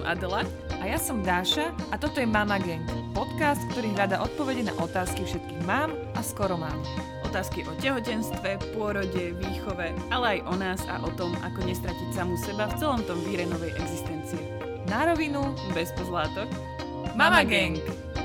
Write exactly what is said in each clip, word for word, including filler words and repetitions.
Adela. A ja som Dáša a toto je Mama Gang, podcast, ktorý hľadá odpovede na otázky všetkých mám a skoro mám. Otázky o tehotenstve, pôrode, výchove, ale aj o nás a o tom, ako nestratiť samú seba v celom tom víre novej existencie. Na rovinu, bez pozlátok. Mama Gang!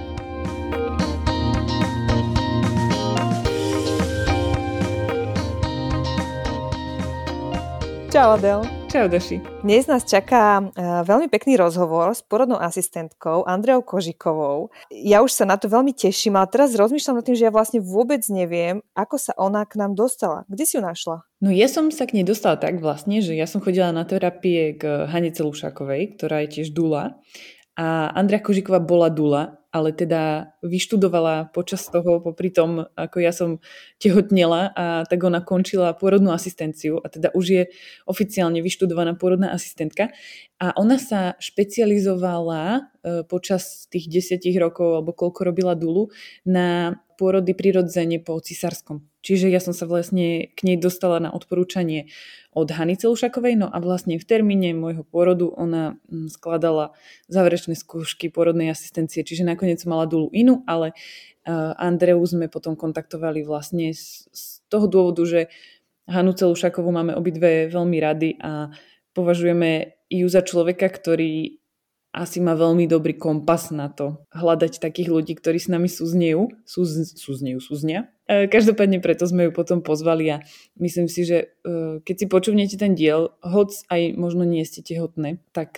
Čau Adel. Čau Daši. Dnes nás čaká uh, veľmi pekný rozhovor s porodnou asistentkou Andreou Kožikovou. Ja už sa na to veľmi teším, ale teraz rozmýšľam nad tým, že ja vlastne vôbec neviem, ako sa ona k nám dostala. Kde si ju našla? No ja som sa k nej dostala tak vlastne, že ja som chodila na terapie k Hane Celušákovej, ktorá je tiež dula. A Andrea Kožiková bola dula, ale teda vyštudovala počas toho, popri tom, ako ja som tehotnela, a tak ona končila pôrodnú asistenciu a teda už je oficiálne vyštudovaná pôrodná asistentka. A ona sa špecializovala počas tých desiatich rokov, alebo koľko robila dulu, na pôrody prirodzene po cisárskom. Čiže ja som sa vlastne k nej dostala na odporúčanie od Hany Celušákovej, no a vlastne v termíne môjho pôrodu ona skladala záverečné skúšky pôrodnej asistencie, čiže nakoniec som mala dulu inú, ale Andreu sme potom kontaktovali vlastne z, z toho dôvodu, že Hanu Celušákovú máme obidve veľmi rady a považujeme ju za človeka, ktorý asi má veľmi dobrý kompas na to hľadať takých ľudí, ktorí s nami súznejú, súz, súznejú, súznia. Každopádne preto sme ju potom pozvali a myslím si, že keď si počúvnete ten diel, hoc aj možno nie ste tehotné, tak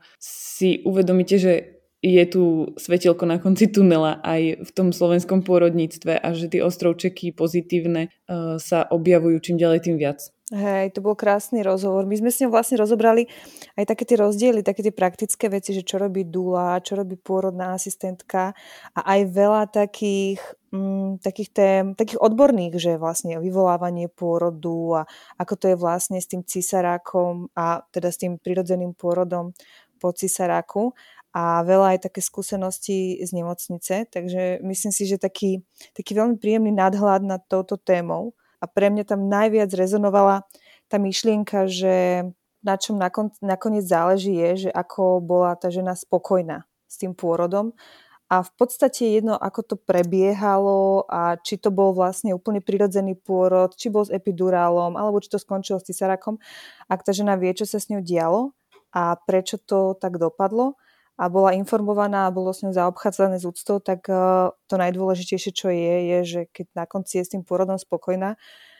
si uvedomíte, že je tu svetielko na konci tunela aj v tom slovenskom pôrodníctve a že tie ostrovčeky pozitívne sa objavujú čím ďalej tým viac. Hej, to bol krásny rozhovor. My sme s ňou vlastne rozobrali aj také tie rozdiely, také tie praktické veci, že čo robí dula, čo robí pôrodná asistentka a aj veľa takých, mm, takých, tém, takých odborných, že vlastne vyvolávanie pôrodu a ako to je vlastne s tým cisárakom a teda s tým prirodzeným pôrodom po cisáraku a veľa aj také skúsenosti z nemocnice, takže myslím si, že taký, taký veľmi príjemný nadhľad nad touto témou. A pre mňa tam najviac rezonovala tá myšlienka, že na čom nakon, nakoniec záleží je, že ako bola tá žena spokojná s tým pôrodom. A v podstate jedno, ako to prebiehalo a či to bol vlastne úplne prirodzený pôrod, či bol s epidurálom, alebo či to skončilo s cisárakom. Ak tá žena vie, čo sa s ňou dialo a prečo to tak dopadlo a bola informovaná a bolo s ňou zaobchádzané z úctou, tak to najdôležitejšie, čo je, je, že keď na konci je s tým pôrodom spokojná.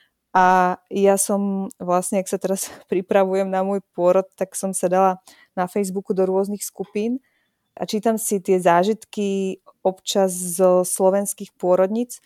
A ja som vlastne, ak sa teraz pripravujem na môj pôrod, tak som sa dala na Facebooku do rôznych skupín a čítam si tie zážitky občas zo slovenských pôrodníc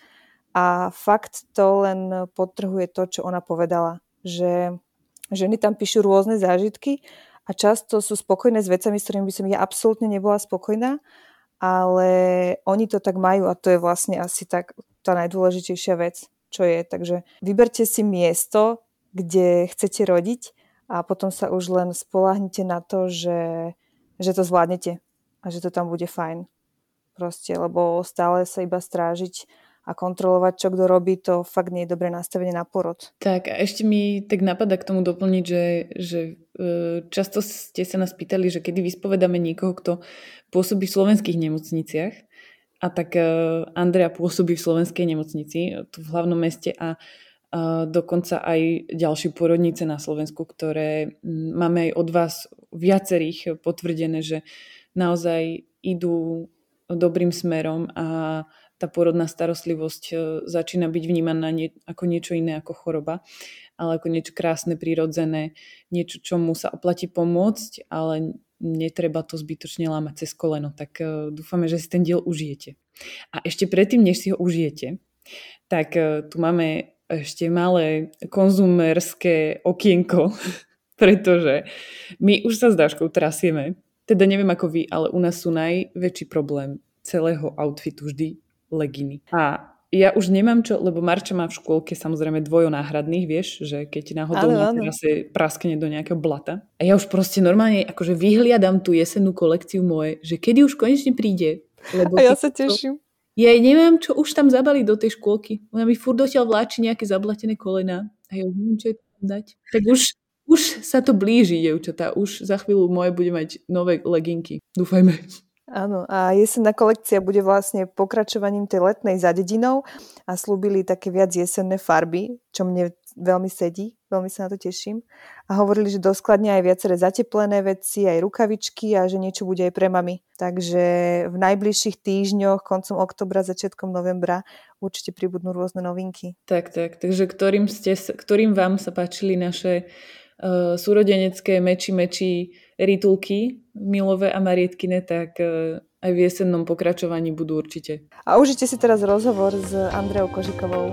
a fakt to len podtrhuje to, čo ona povedala, že ženy tam píšu rôzne zážitky a často sú spokojné s vecami, s ktorými by som ja absolútne nebola spokojná, ale oni to tak majú a to je vlastne asi tak tá najdôležitejšia vec, čo je. Takže vyberte si miesto, kde chcete rodiť a potom sa už len spoľahnite na to, že, že to zvládnete a že to tam bude fajn. Proste, lebo stále sa iba strážiť a kontrolovať, čo kto robí, to fakt nie je dobré nastavenie na porod. Tak a ešte mi tak napadá k tomu doplniť, že, že často ste sa nás pýtali, že kedy vyspovedáme niekoho, kto pôsobí v slovenských nemocniciach. A tak Andrea pôsobí v slovenskej nemocnici, tu v hlavnom meste a dokonca aj ďalšie pôrodnice na Slovensku, ktoré máme aj od vás viacerých potvrdené, že naozaj idú dobrým smerom a tá pôrodná starostlivosť začína byť vnímaná nie, ako niečo iné ako choroba, ale ako niečo krásne, prirodzené, niečo, čomu sa oplatí pomôcť, ale netreba to zbytočne lámať cez koleno. Tak uh, dúfame, že si ten diel užijete. A ešte predtým, než si ho užijete, tak uh, tu máme ešte malé konzumerské okienko, pretože my už sa s Dáškou trasieme. Teda neviem ako vy, ale u nás sú najväčší problém celého outfitu vždy leginy. A ja už nemám čo, lebo Marča má v škôlke samozrejme dvojonáhradných, vieš, že keď náhodou na terase praskne do nejakého blata. A ja už proste normálne akože vyhliadam tú jesennú kolekciu moje, že kedy už konečne príde. Lebo a ja sa teším. Ja neviem, čo už tam zabaliť do tej škôlky. Ona mi furt dotiaľ vláči nejaké zablatené kolená. A ja už neviem, čo je tam dať. Tak už Už sa to blíži, dievčatá. Už za chvíľu moje bude mať nové leginky. Dúfajme. Áno, a jesenná kolekcia bude vlastne pokračovaním tej letnej za dedinou a slúbili také viac jesenné farby, čo mne veľmi sedí, veľmi sa na to teším. A hovorili, že doskladne aj viaceré zateplené veci, aj rukavičky a že niečo bude aj pre mami. Takže v najbližších týždňoch, koncom októbra, začiatkom novembra určite pribudnú rôzne novinky. Tak, tak. Takže ktorým, ste, ktorým vám sa páčili naše uh, súrodenecké meči meči ritulky Milové a Marietkine, tak uh, aj v jesennom pokračovaní budú určite. A užite si teraz rozhovor s Andreou Kožikovou.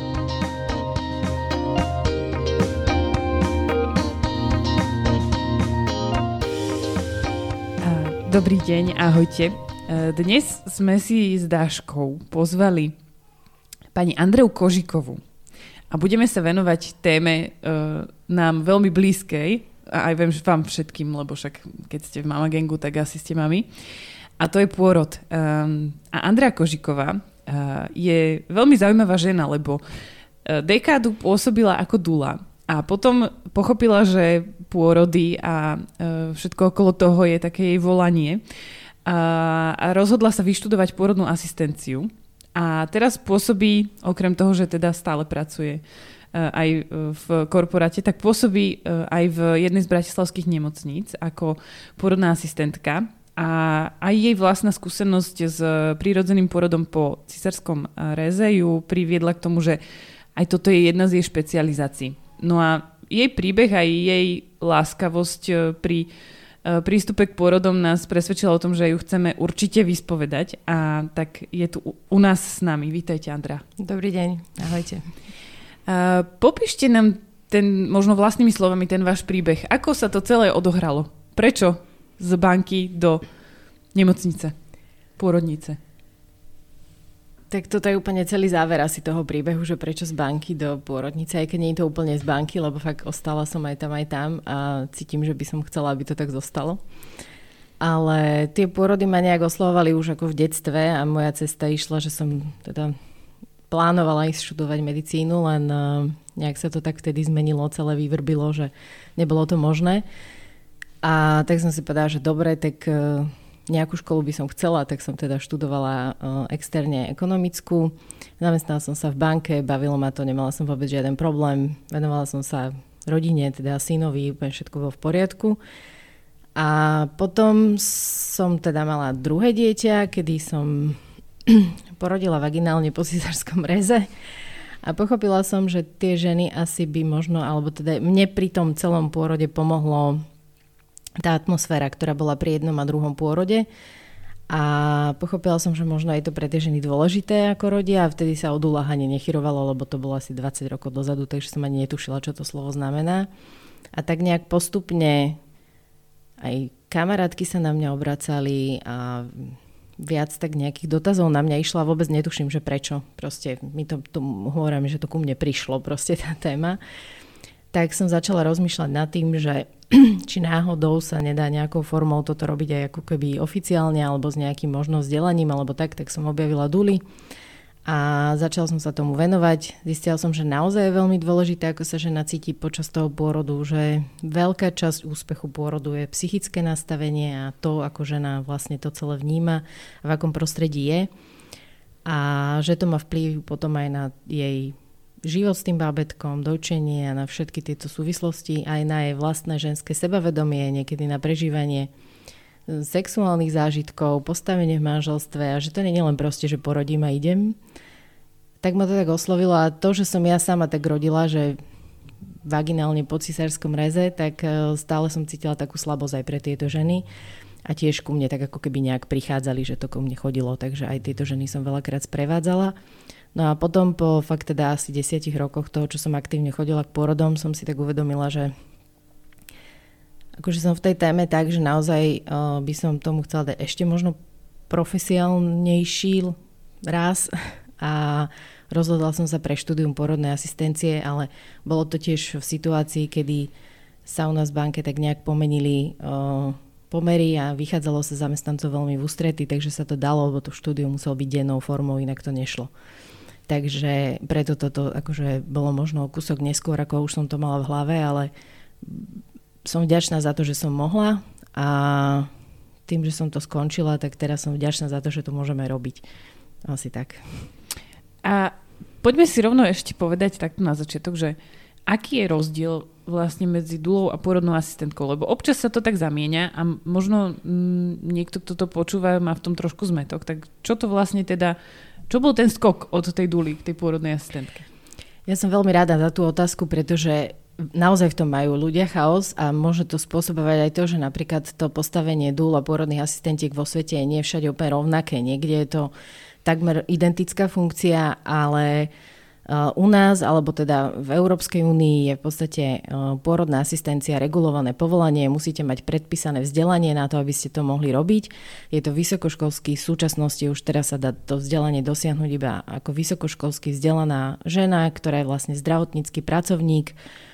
Dobrý deň, ahojte. Dnes sme si s Dáškou pozvali pani Andreu Kožikovú a budeme sa venovať téme uh, nám veľmi blízkej a aj viem, že vám všetkým, lebo však keď ste v Mama Gangu, tak asi ste mami. A to je pôrod. Um, a Andrea Kožiková uh, je veľmi zaujímavá žena, lebo uh, dekádu pôsobila ako dula a potom pochopila, že pôrody a uh, všetko okolo toho je také jej volanie a, a rozhodla sa vyštudovať pôrodnú asistenciu. A teraz pôsobí, okrem toho, že teda stále pracuje uh, aj v korporáte, tak pôsobí uh, aj v jednej z bratislavských nemocníc ako pôrodná asistentka. A aj jej vlastná skúsenosť s prírodzeným pôrodom po cisárskom réze ju priviedla k tomu, že aj toto je jedna z jej špecializácií. No a jej príbeh aj jej láskavosť pri prístupe k pôrodom nás presvedčila o tom, že ju chceme určite vyspovedať. A tak je tu u nás s nami. Vítajte, Andrea. Dobrý deň, ahojte. Uh, popíšte nám ten, možno vlastnými slovami ten váš príbeh. Ako sa to celé odohralo? Prečo z banky do nemocnice, pôrodnice? Tak toto je úplne celý záver asi toho príbehu, že prečo z banky do pôrodnice, aj keď nie je to úplne z banky, lebo fakt ostala som aj tam, aj tam a cítim, že by som chcela, aby to tak zostalo. Ale tie pôrody ma nejak oslovovali už ako v detstve a moja cesta išla, že som teda plánovala ísť študovať medicínu, len nejak sa to tak vtedy zmenilo, celé vyvrbilo, že nebolo to možné. A tak som si povedala, že dobre, tak nejakú školu by som chcela, tak som teda študovala externe ekonomickú. Zamestnala som sa v banke, bavilo ma to, nemala som vôbec žiaden problém. Venovala som sa rodine, teda synovi, úplne všetko bolo v poriadku. A potom som teda mala druhé dieťa, kedy som porodila vaginálne po cisárskom réze. A pochopila som, že tie ženy asi by možno, alebo teda mne pri tom celom pôrode pomohlo tá atmosféra, ktorá bola pri jednom a druhom pôrode. A pochopila som, že možno je to pre tie ženy dôležité, ako rodia, a vtedy sa o dúlach ani nechyrovalo, lebo to bolo asi dvadsať rokov dozadu, takže som ani netušila, čo to slovo znamená. A tak nejak postupne aj kamarátky sa na mňa obracali a viac tak nejakých dotazov na mňa išlo a vôbec netuším, že prečo. Proste mi to, to hovorím, že to ku mne prišlo, proste tá téma. Tak som začala rozmýšľať nad tým, že či náhodou sa nedá nejakou formou toto robiť aj ako keby oficiálne alebo s nejakým možno vzdelaním alebo tak, tak som objavila duly a začala som sa tomu venovať. Zistila som, že naozaj je veľmi dôležité, ako sa žena cíti počas toho pôrodu, že veľká časť úspechu pôrodu je psychické nastavenie a to, ako žena vlastne to celé vníma, v akom prostredí je a že to má vplyv potom aj na jej život s tým bábätkom, dojčenie a na všetky tieto súvislosti, aj na jej vlastné ženské sebavedomie, niekedy na prežívanie sexuálnych zážitkov, postavenie v manželstve a že to nie je len proste, že porodím a idem. Tak ma to tak oslovilo a to, že som ja sama tak rodila, že vaginálne po cisárskom réze, tak stále som cítila takú slabosť aj pre tieto ženy a tiež ku mne tak ako keby nejak prichádzali, že to ku mne chodilo, takže aj tieto ženy som veľakrát sprevádzala. No a potom po fakt teda asi desiatich rokoch toho, čo som aktívne chodila k pôrodom, som si tak uvedomila, že akože som v tej téme tak, že naozaj uh, by som tomu chcela dať ešte možno profesionálnejší raz a rozhodla som sa pre štúdium pôrodnej asistencie, ale bolo to tiež v situácii, kedy sa u nás v banke tak nejak pomenili uh, pomery a vychádzalo sa zamestnancov veľmi v ústrety, takže sa to dalo, lebo to štúdium muselo byť dennou formou, inak to nešlo. Takže preto toto akože bolo možno kúsok neskôr, ako už som to mala v hlave, ale som vďačná za to, že som mohla a tým, že som to skončila, tak teraz som vďačná za to, že to môžeme robiť. Asi tak. A poďme si rovno ešte povedať takto na začiatok, že aký je rozdiel vlastne medzi dúlou a pôrodnou asistentkou? Lebo občas sa to tak zamieňa a možno m, niekto, kto to počúva, má v tom trošku zmetok. Tak čo to vlastne teda, čo bol ten skok od tej dúly k tej pôrodnej asistentke? Ja som veľmi rada za tú otázku, pretože naozaj v tom majú ľudia chaos a môže to spôsobovať aj to, že napríklad to postavenie dúl a pôrodných asistentiek vo svete je nie všade úplne rovnaké. Niekde je to takmer identická funkcia, ale u nás, alebo teda v Európskej únii je v podstate pôrodná asistencia regulované povolanie, musíte mať predpísané vzdelanie na to, aby ste to mohli robiť. Je to vysokoškolský, v súčasnosti už teraz sa dá to vzdelanie dosiahnuť iba ako vysokoškolsky vzdelaná žena, ktorá je vlastne zdravotnícky pracovník,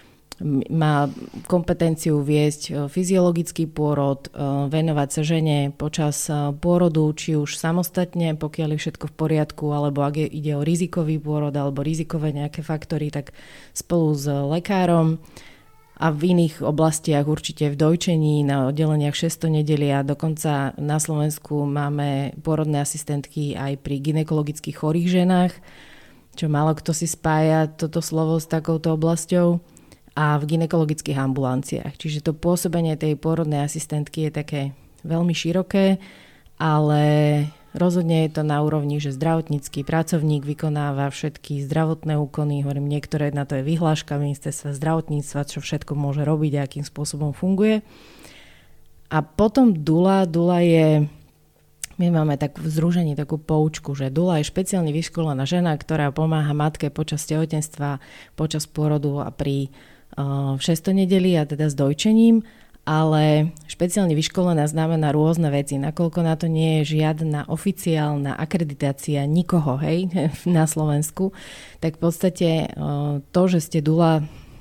má kompetenciu viesť fyziologický pôrod, venovať sa žene počas pôrodu, či už samostatne, pokiaľ je všetko v poriadku, alebo ak ide o rizikový pôrod alebo rizikové nejaké faktory, tak spolu s lekárom. A v iných oblastiach určite v dojčení, na oddeleniach šesť nedelia, dokonca na Slovensku máme pôrodné asistentky aj pri gynekologicky chorých ženách, čo málo kto si spája toto slovo s takouto oblasťou, a v gynekologických ambulanciách. Čiže to pôsobenie tej pôrodnej asistentky je také veľmi široké, ale rozhodne je to na úrovni, že zdravotnícky pracovník vykonáva všetky zdravotné úkony, hovorím, niektoré na to je vyhláška ministerstva zdravotníctva, čo všetko môže robiť a akým spôsobom funguje. A potom dula, dula je, my máme tak v združení takú poučku, že dula je špeciálne vyškolená žena, ktorá pomáha matke počas tehotenstva, počas pôrodu a pri v šesť nedeli a teda s dojčením, ale špeciálne vyškolená znamená rôzne veci. Nakoľko na to nie je žiadna oficiálna akreditácia nikoho, hej, na Slovensku, tak v podstate to, že ste dula,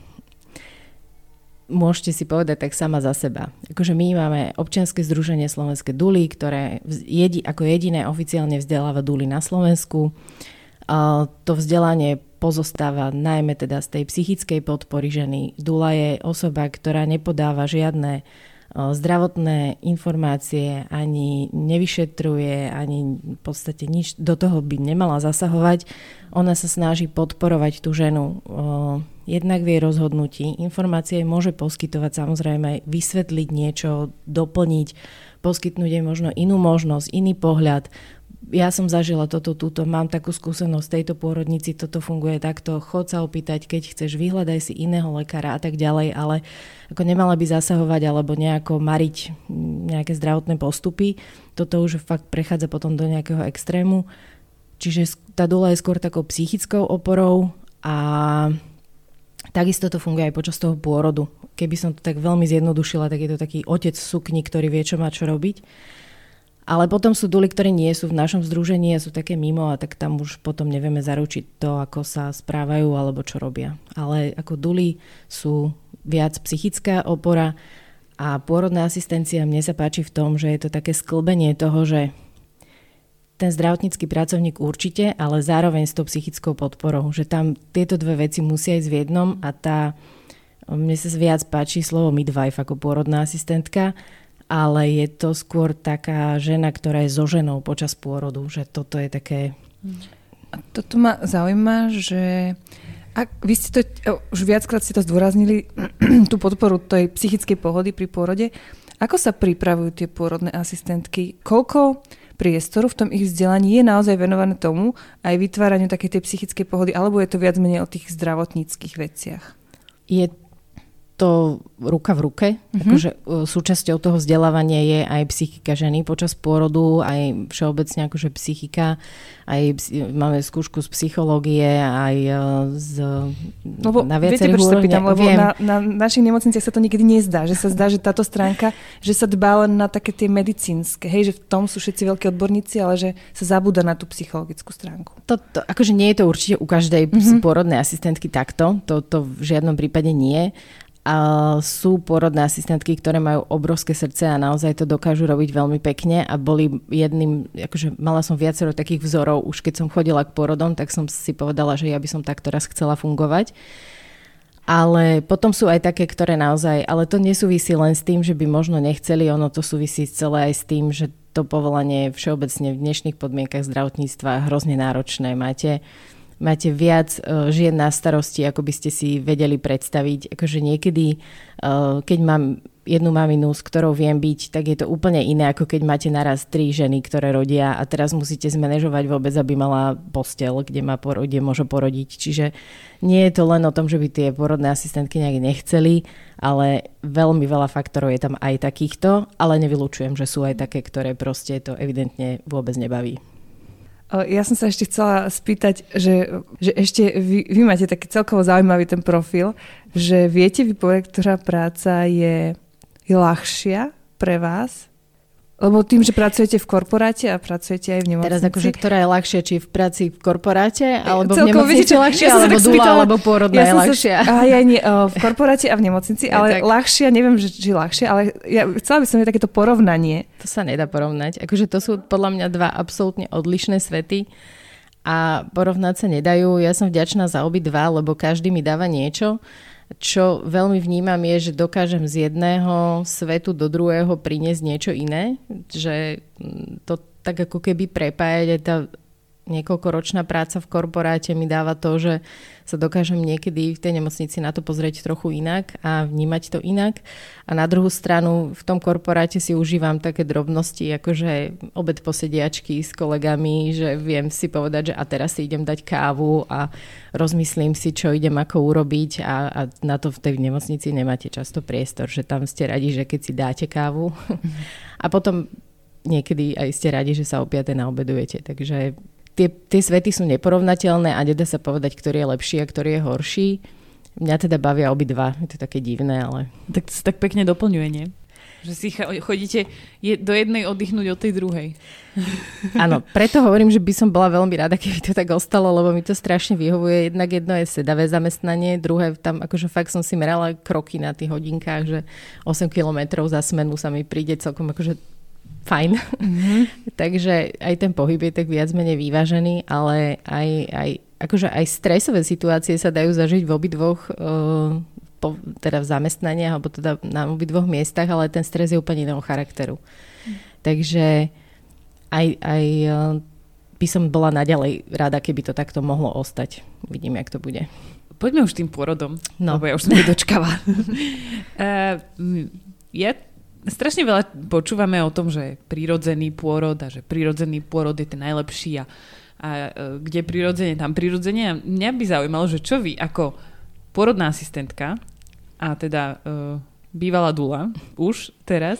môžete si povedať tak sama za seba. Akože my máme občianske združenie Slovenské duly, ktoré jedi, ako jediné oficiálne vzdeláva duly na Slovensku. A to vzdelanie pozostáva najmä teda z tej psychickej podpory ženy. Dula je osoba, ktorá nepodáva žiadne zdravotné informácie, ani nevyšetruje, ani v podstate nič do toho by nemala zasahovať. Ona sa snaží podporovať tú ženu jednak v jej rozhodnutí. Informácie môže poskytovať, samozrejme vysvetliť niečo, doplniť, poskytnúť jej možno inú možnosť, iný pohľad. Ja som zažila toto, túto, mám takú skúsenosť v tejto pôrodnici, toto funguje takto, chod sa opýtať, keď chceš, vyhľadaj si iného lekára a tak ďalej, ale ako nemala by zasahovať alebo nejako mariť nejaké zdravotné postupy. Toto už fakt prechádza potom do nejakého extrému. Čiže tá dula je skôr takou psychickou oporou a takisto to funguje aj počas toho pôrodu. Keby som to tak veľmi zjednodušila, tak je to taký otec v sukni, ktorý vie, čo má čo robiť. Ale potom sú duly, ktoré nie sú v našom združení a sú také mimo a tak tam už potom nevieme zaručiť to, ako sa správajú alebo čo robia. Ale ako duly sú viac psychická opora a pôrodná asistencia mne sa páči v tom, že je to také sklbenie toho, že ten zdravotnícky pracovník určite, ale zároveň s tou psychickou podporou, že tam tieto dve veci musia ísť v jednom a tá, mne sa viac páči slovo midwife ako pôrodná asistentka, ale je to skôr taká žena, ktorá je so ženou počas pôrodu, že toto je také... A toto ma zaujíma, že ak, vy ste to, už viackrát ste to zdôraznili, tú podporu tej psychickej pohody pri pôrode. Ako sa pripravujú tie pôrodné asistentky? Koľko priestoru v tom ich vzdelaní je naozaj venované tomu aj vytváraniu takej tej psychickej pohody, alebo je to viac menej o tých zdravotníckych veciach? Je to ruka v ruke. Mm-hmm. Akože súčasťou toho vzdelávania je aj psychika ženy počas pôrodu, aj všeobecne akože psychika. Aj máme skúšku z psychológie, aj z lebo na viacerých úrovniach. Pýtam, lebo na, na našich nemocniciach sa to nikdy nezdá. Že sa zdá, že táto stránka, že sa dbá len na také tie medicínske. Hej, že v tom sú všetci veľkí odborníci, ale že sa zabúda na tú psychologickú stránku. To, to, akože nie je to určite u každej mm-hmm. pôrodnej asistentky takto. To, to v žiadnom prípade nie. A sú pôrodné asistentky, ktoré majú obrovské srdce a naozaj to dokážu robiť veľmi pekne a boli jedným, akože mala som viacero takých vzorov, už keď som chodila k pôrodom, tak som si povedala, že ja by som takto raz chcela fungovať. Ale potom sú aj také, ktoré naozaj, ale to nesúvisí len s tým, že by možno nechceli, ono to súvisí celé aj s tým, že to povolanie všeobecne v dnešných podmienkach zdravotníctva je hrozne náročné. Máte, máte viac uh, žien na starosti, ako by ste si vedeli predstaviť. Akože niekedy, uh, keď mám jednu maminu, s ktorou viem byť, tak je to úplne iné, ako keď máte naraz tri ženy, ktoré rodia a teraz musíte zmanéžovať vôbec, aby mala posteľ, kde, má porod, kde môže porodiť. Čiže nie je to len o tom, že by tie porodné asistentky nejak nechceli, ale veľmi veľa faktorov je tam aj takýchto, ale nevylučujem, že sú aj také, ktoré proste to evidentne vôbec nebaví. Ja som sa ešte chcela spýtať, že, že ešte vy, vy máte taký celkovo zaujímavý ten profil, že viete vy povedať, ktorá práca je je ľahšia pre vás? Lebo tým, že pracujete v korporáte a pracujete aj v nemocnici. Teraz akože, ktorá je ľahšia, či v práci v korporáte, alebo celkovo, v nemocnici je ľahšia, ja alebo dúla, spýtala, alebo pôrodná ja je ľahšia? Sa, ja nie, v korporáte a v nemocnici, ale ja, ľahšia, neviem, že, či ľahšia, ale ja chcela by som mať takéto porovnanie. To sa nedá porovnať. Akože to sú podľa mňa dva absolútne odlišné svety a porovnať sa nedajú. Ja som vďačná za obidva, lebo každý mi dáva niečo. Čo veľmi vnímam je, že dokážem z jedného svetu do druhého priniesť niečo iné, že to tak ako keby prepájať aj tá niekoľkoročná práca v korporáte mi dáva to, že sa dokážem niekedy v tej nemocnici na to pozrieť trochu inak a vnímať to inak. A na druhú stranu v tom korporáte si užívam také drobnosti, akože obed posediačky s kolegami, že viem si povedať, že a teraz si idem dať kávu a rozmyslím si, čo idem ako urobiť a, a na to v tej nemocnici nemáte často priestor, že tam ste radi, že keď si dáte kávu a potom niekedy aj ste radi, že sa o piatej naobedujete, takže Tie, tie svety sú neporovnateľné a nedá sa povedať, ktorý je lepší a ktorý je horší. Mňa teda bavia obidva. Je to také divné, ale... Tak to sa tak pekne doplňuje, nie? Že si chodíte do jednej oddychnúť od tej druhej. Áno, preto hovorím, že by som bola veľmi rada, keby to tak ostalo, lebo mi to strašne vyhovuje. Jednak jedno je sedavé zamestnanie, druhé tam, akože fakt som si merala kroky na tých hodinkách, že osem kilometrov za smenu sa mi príde celkom akože fajn. Mm-hmm. Takže aj ten pohyb je tak viac menej vyvážený, ale aj, aj, akože aj stresové situácie sa dajú zažiť v obidvoch, uh, po, teda v zamestnaniach, alebo teda na obidvoch miestach, ale ten stres je úplne iného charakteru. Mm. Takže aj, aj uh, by som bola naďalej rada, keby to takto mohlo ostať. Uvidím, jak to bude. Poďme už tým pôrodom, no. lebo ja už som nedočkala. uh, ja strašne veľa počúvame o tom, že prírodzený pôrod a že prírodzený pôrod je ten najlepší a, a kde prirodzene, tam prirodzene. A mňa by zaujímalo, že čo vy ako pôrodná asistentka a teda uh, bývalá dula už teraz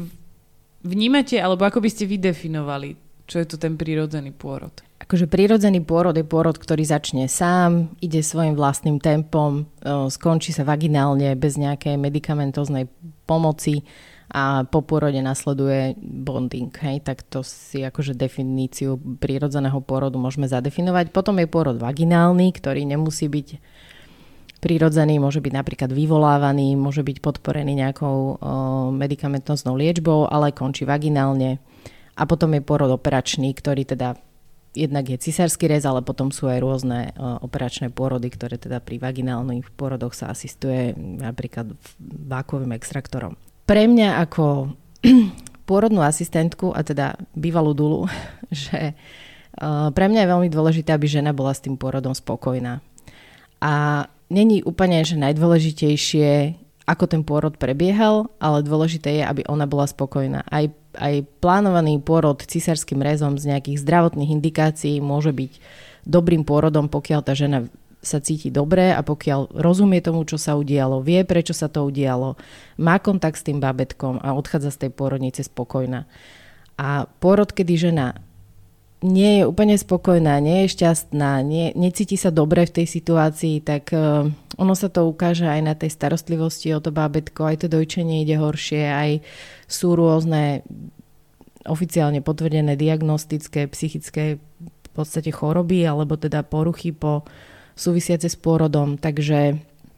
vnímate, alebo ako by ste vydefinovali, čo je to ten prírodzený pôrod? Akože prírodzený pôrod je pôrod, ktorý začne sám, ide svojim vlastným tempom, uh, skončí sa vaginálne bez nejakej medikamentóznej pomoci a po pôrode nasleduje bonding. Hej? Tak to si akože definíciu prírodzeného pôrodu môžeme zadefinovať. Potom je pôrod vaginálny, ktorý nemusí byť prírodzený, môže byť napríklad vyvolávaný, môže byť podporený nejakou o, medikamentóznou liečbou, ale končí vaginálne. A potom je pôrod operačný, ktorý teda jednak je cisársky rez, ale potom sú aj rôzne o, operačné pôrody, ktoré teda pri vaginálnych pôrodoch sa asistuje napríklad vákuovým extraktorom. Pre mňa ako pôrodnú asistentku, a teda bývalú dulu, že uh, pre mňa je veľmi dôležité, aby žena bola s tým pôrodom spokojná. A není úplne, že najdôležitejšie, ako ten pôrod prebiehal, ale dôležité je, aby ona bola spokojná. Aj, aj plánovaný pôrod cisárskym rezom z nejakých zdravotných indikácií môže byť dobrým pôrodom, pokiaľ tá žena sa cíti dobre a pokiaľ rozumie tomu, čo sa udialo, vie, prečo sa to udialo, má kontakt s tým bábätkom a odchádza z tej pôrodnice spokojná. A pôrod, kedy žena nie je úplne spokojná, nie je šťastná, nie, necíti sa dobre v tej situácii, tak uh, ono sa to ukáže aj na tej starostlivosti o to bábätko, aj to dojčenie ide horšie, aj sú rôzne oficiálne potvrdené diagnostické, psychické v podstate choroby, alebo teda poruchy po súvisiace s pôrodom, takže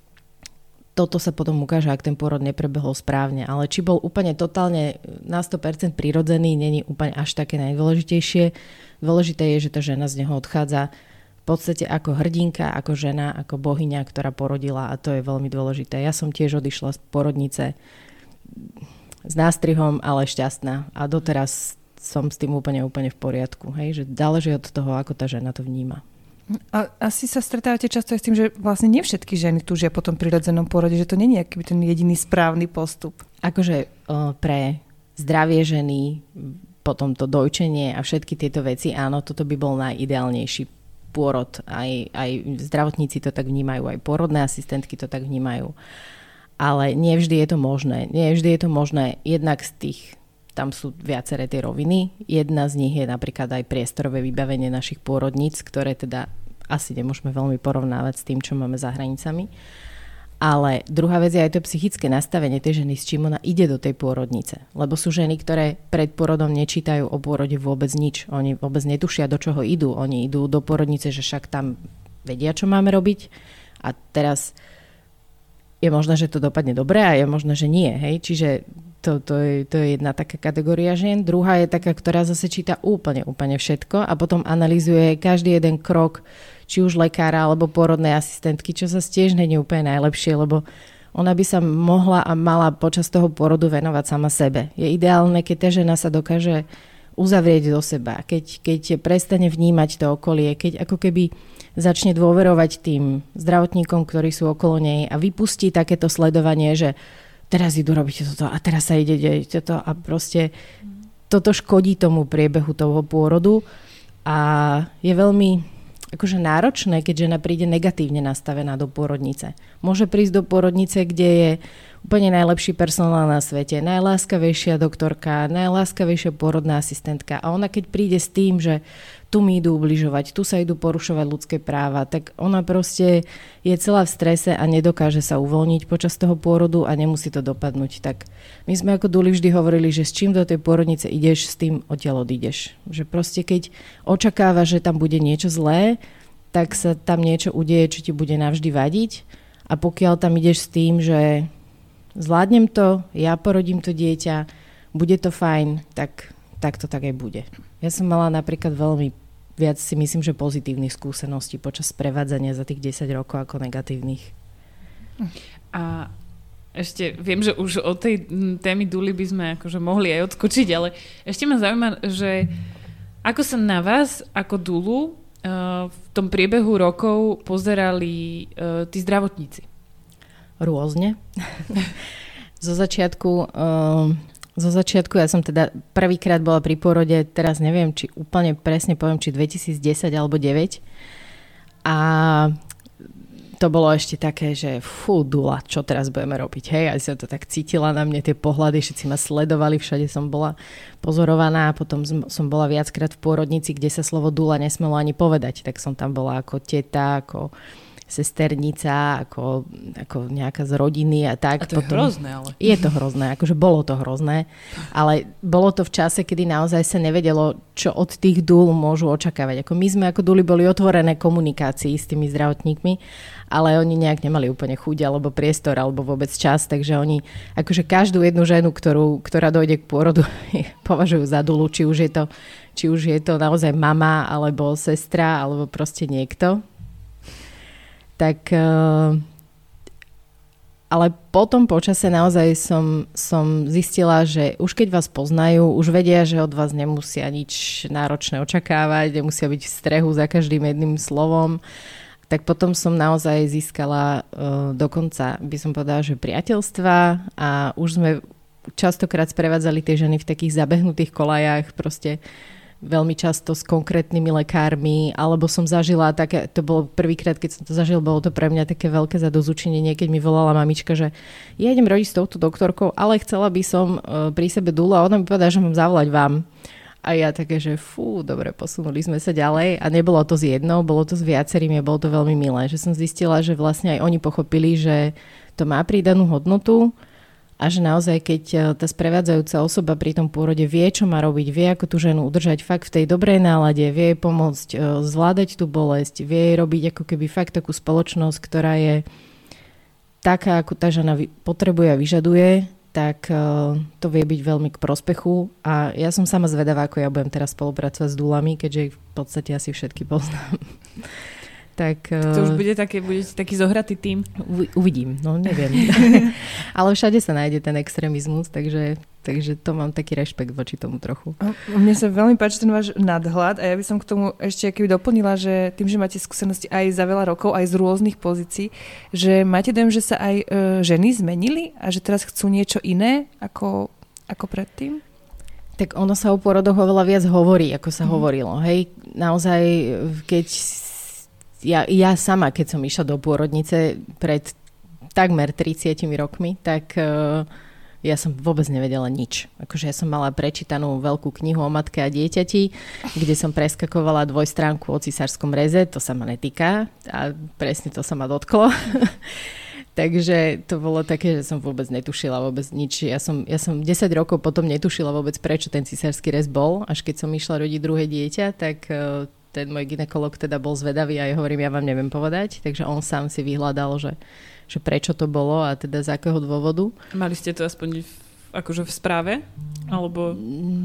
toto sa potom ukáže, ak ten pôrod neprebehol správne. Ale či bol úplne totálne na sto percent prirodzený, není úplne až také najdôležitejšie. Dôležité je, že tá žena z neho odchádza podstate ako hrdinka, ako žena, ako bohyňa, ktorá porodila a to je veľmi dôležité. Ja som tiež odišla z porodnice s nástrihom, ale šťastná a doteraz som s tým úplne, úplne v poriadku. Hej? Že záleží od toho, ako tá žena to vníma. A asi sa stretávate často aj s tým, že vlastne nie všetky ženy túžia po tom prirodzenom porode, že to nie je aký ten jediný správny postup. Akože o, pre zdravie ženy, potom to dojčenie a všetky tieto veci, áno, toto by bol najideálnejší pôrod. Aj, aj zdravotníci to tak vnímajú, aj pôrodné asistentky to tak vnímajú. Ale nie vždy je to možné. Nie vždy je to možné jednak z tých, tam sú viaceré tie roviny. Jedna z nich je napríklad aj priestorové vybavenie našich pôrodníc, ktoré teda asi nemôžeme veľmi porovnávať s tým, čo máme za hranicami. Ale druhá vec je aj to psychické nastavenie tej ženy, s čím ona ide do tej pôrodnice. Lebo sú ženy, ktoré pred pôrodom nečítajú o pôrode vôbec nič. Oni vôbec netušia, do čoho idú. Oni idú do pôrodnice, že však tam vedia, čo máme robiť. A teraz je možné, že to dopadne dobre a je možné, že nie. Hej? Čiže to, to, je, to je jedna taká kategória žien. Druhá je taká, ktorá zase číta úplne, úplne všetko a potom analyzuje každý jeden krok, či už lekára alebo pôrodnej asistentky, čo sa tiež nie je úplne najlepšie, lebo ona by sa mohla a mala počas toho pôrodu venovať sama sebe. Je ideálne, keď tá žena sa dokáže uzavrieť do seba, keď, keď prestane vnímať to okolie, keď ako keby začne dôverovať tým zdravotníkom, ktorí sú okolo nej a vypustí takéto sledovanie, že teraz idú robiť toto a teraz sa ide deť toto a proste toto škodí tomu priebehu toho pôrodu a je veľmi akože náročné, keď žena príde negatívne nastavená do pôrodnice. Môže prísť do pôrodnice, kde je úplne najlepší personál na svete, najláskavejšia doktorka, najláskavejšia pôrodná asistentka a ona keď príde s tým, že tu mi idú ubližovať, tu sa idú porušovať ľudské práva, tak ona proste je celá v strese a nedokáže sa uvoľniť počas toho pôrodu a nemusí to dopadnúť. Tak my sme ako Duli vždy hovorili, že s čím do tej pôrodnice ideš, s tým odtiaľ odídeš. Že proste keď očakávaš, že tam bude niečo zlé, tak sa tam niečo udeje, čo ti bude navždy vadiť a pokiaľ tam ideš s tým, že zvládnem to, ja porodím to dieťa, bude to fajn, tak, tak to tak aj bude. Ja som mala napríklad veľmi viac si myslím, že pozitívnych skúseností počas prevádzania za tých desať rokov ako negatívnych. A ešte viem, že už od tej témy Duli by sme akože mohli aj odskočiť, ale ešte ma zaujíma, že ako sa na vás ako Dulu uh, v tom priebehu rokov pozerali uh, tí zdravotníci? Rôzne. Zo začiatku uh, Zo začiatku, ja som teda prvýkrát bola pri pôrode, teraz neviem, či úplne presne poviem, či dvetisícdesať alebo deväť. A to bolo ešte také, že fú, Dula, čo teraz budeme robiť, hej? Ja som to tak cítila na mne, tie pohľady, všetci ma sledovali, všade som bola pozorovaná a potom som bola viackrát v pôrodnici, kde sa slovo Dula nesmelo ani povedať, tak som tam bola ako teta, ako sesternica, ako, ako nejaká z rodiny a tak. A to potom, je hrozné, ale. Je to hrozné, akože bolo to hrozné, ale bolo to v čase, kedy naozaj sa nevedelo, čo od tých dúl môžu očakávať. Ako my sme ako dúly boli otvorené komunikácii s tými zdravotníkmi, ale oni nejak nemali úplne chuť alebo priestor alebo vôbec čas, takže oni akože každú jednu ženu, ktorú, ktorá dojde k pôrodu, považujú za dúlu, či už je to, či už je to naozaj mama alebo sestra alebo proste niekto. Tak, ale potom počase naozaj som, som zistila, že už keď vás poznajú, už vedia, že od vás nemusia nič náročné očakávať, nemusia byť v strehu za každým jedným slovom. Tak potom som naozaj získala dokonca, by som povedala, že priateľstva a už sme častokrát sprevádzali tie ženy v takých zabehnutých kolajách, proste veľmi často s konkrétnymi lekármi, alebo som zažila také, to bolo prvýkrát, keď som to zažil, bolo to pre mňa také veľké zadozučinenie, keď mi volala mamička, že ja idem rodiť s touto doktorkou, ale chcela by som pri sebe dúlu a ona mi povedala, že mám zavolať vám. A ja také, že fú, dobre, posunuli sme sa ďalej a nebolo to s jednou, bolo to s viacerými a bolo to veľmi milé, že som zistila, že vlastne aj oni pochopili, že to má pridanú hodnotu a že naozaj, keď tá sprevádzajúca osoba pri tom pôrode vie, čo má robiť, vie, ako tú ženu udržať fakt v tej dobrej nálade, vie jej pomôcť zvládať tú bolesť, vie jej robiť ako keby fakt takú spoločnosť, ktorá je taká, ako tá žena potrebuje a vyžaduje, tak to vie byť veľmi k prospechu a ja som sama zvedavá, ako ja budem teraz spolupracovať s dúlami, keďže ich v podstate asi všetky poznám. Tak, to už bude také, budete taký zohratý tím. Uvidím, no neviem. Ale všade sa nájde ten extrémizmus, takže, takže to mám taký rešpekt voči tomu trochu. Mne sa veľmi páči ten váš nadhľad a ja by som k tomu ešte keby doplnila, že tým, že máte skúsenosti aj za veľa rokov, aj z rôznych pozícií, že máte dojem, že sa aj e, ženy zmenili a že teraz chcú niečo iné ako, ako predtým? Tak ono sa o pôrodoch oveľa viac hovorí, ako sa mm. hovorilo. Hej, naozaj, keď Ja, ja sama, keď som išla do pôrodnice pred takmer tridsiatimi rokmi, tak uh, ja som vôbec nevedela nič. Akože ja som mala prečítanú veľkú knihu o matke a dieťati, kde som preskakovala dvojstránku o cisárskom reze, to sa ma netýka a presne to sa ma dotklo. Takže to bolo také, že som vôbec netušila vôbec nič. Ja som, ja som desať rokov potom netušila vôbec, prečo ten cisársky rez bol. Až keď som išla rodiť druhé dieťa, tak uh, ten môj gynekolog teda bol zvedavý a ja hovorím, ja vám neviem povedať. Takže on sám si vyhľadal, že, že prečo to bolo a teda z akého dôvodu. Mali ste to aspoň v, akože v správe? Alebo...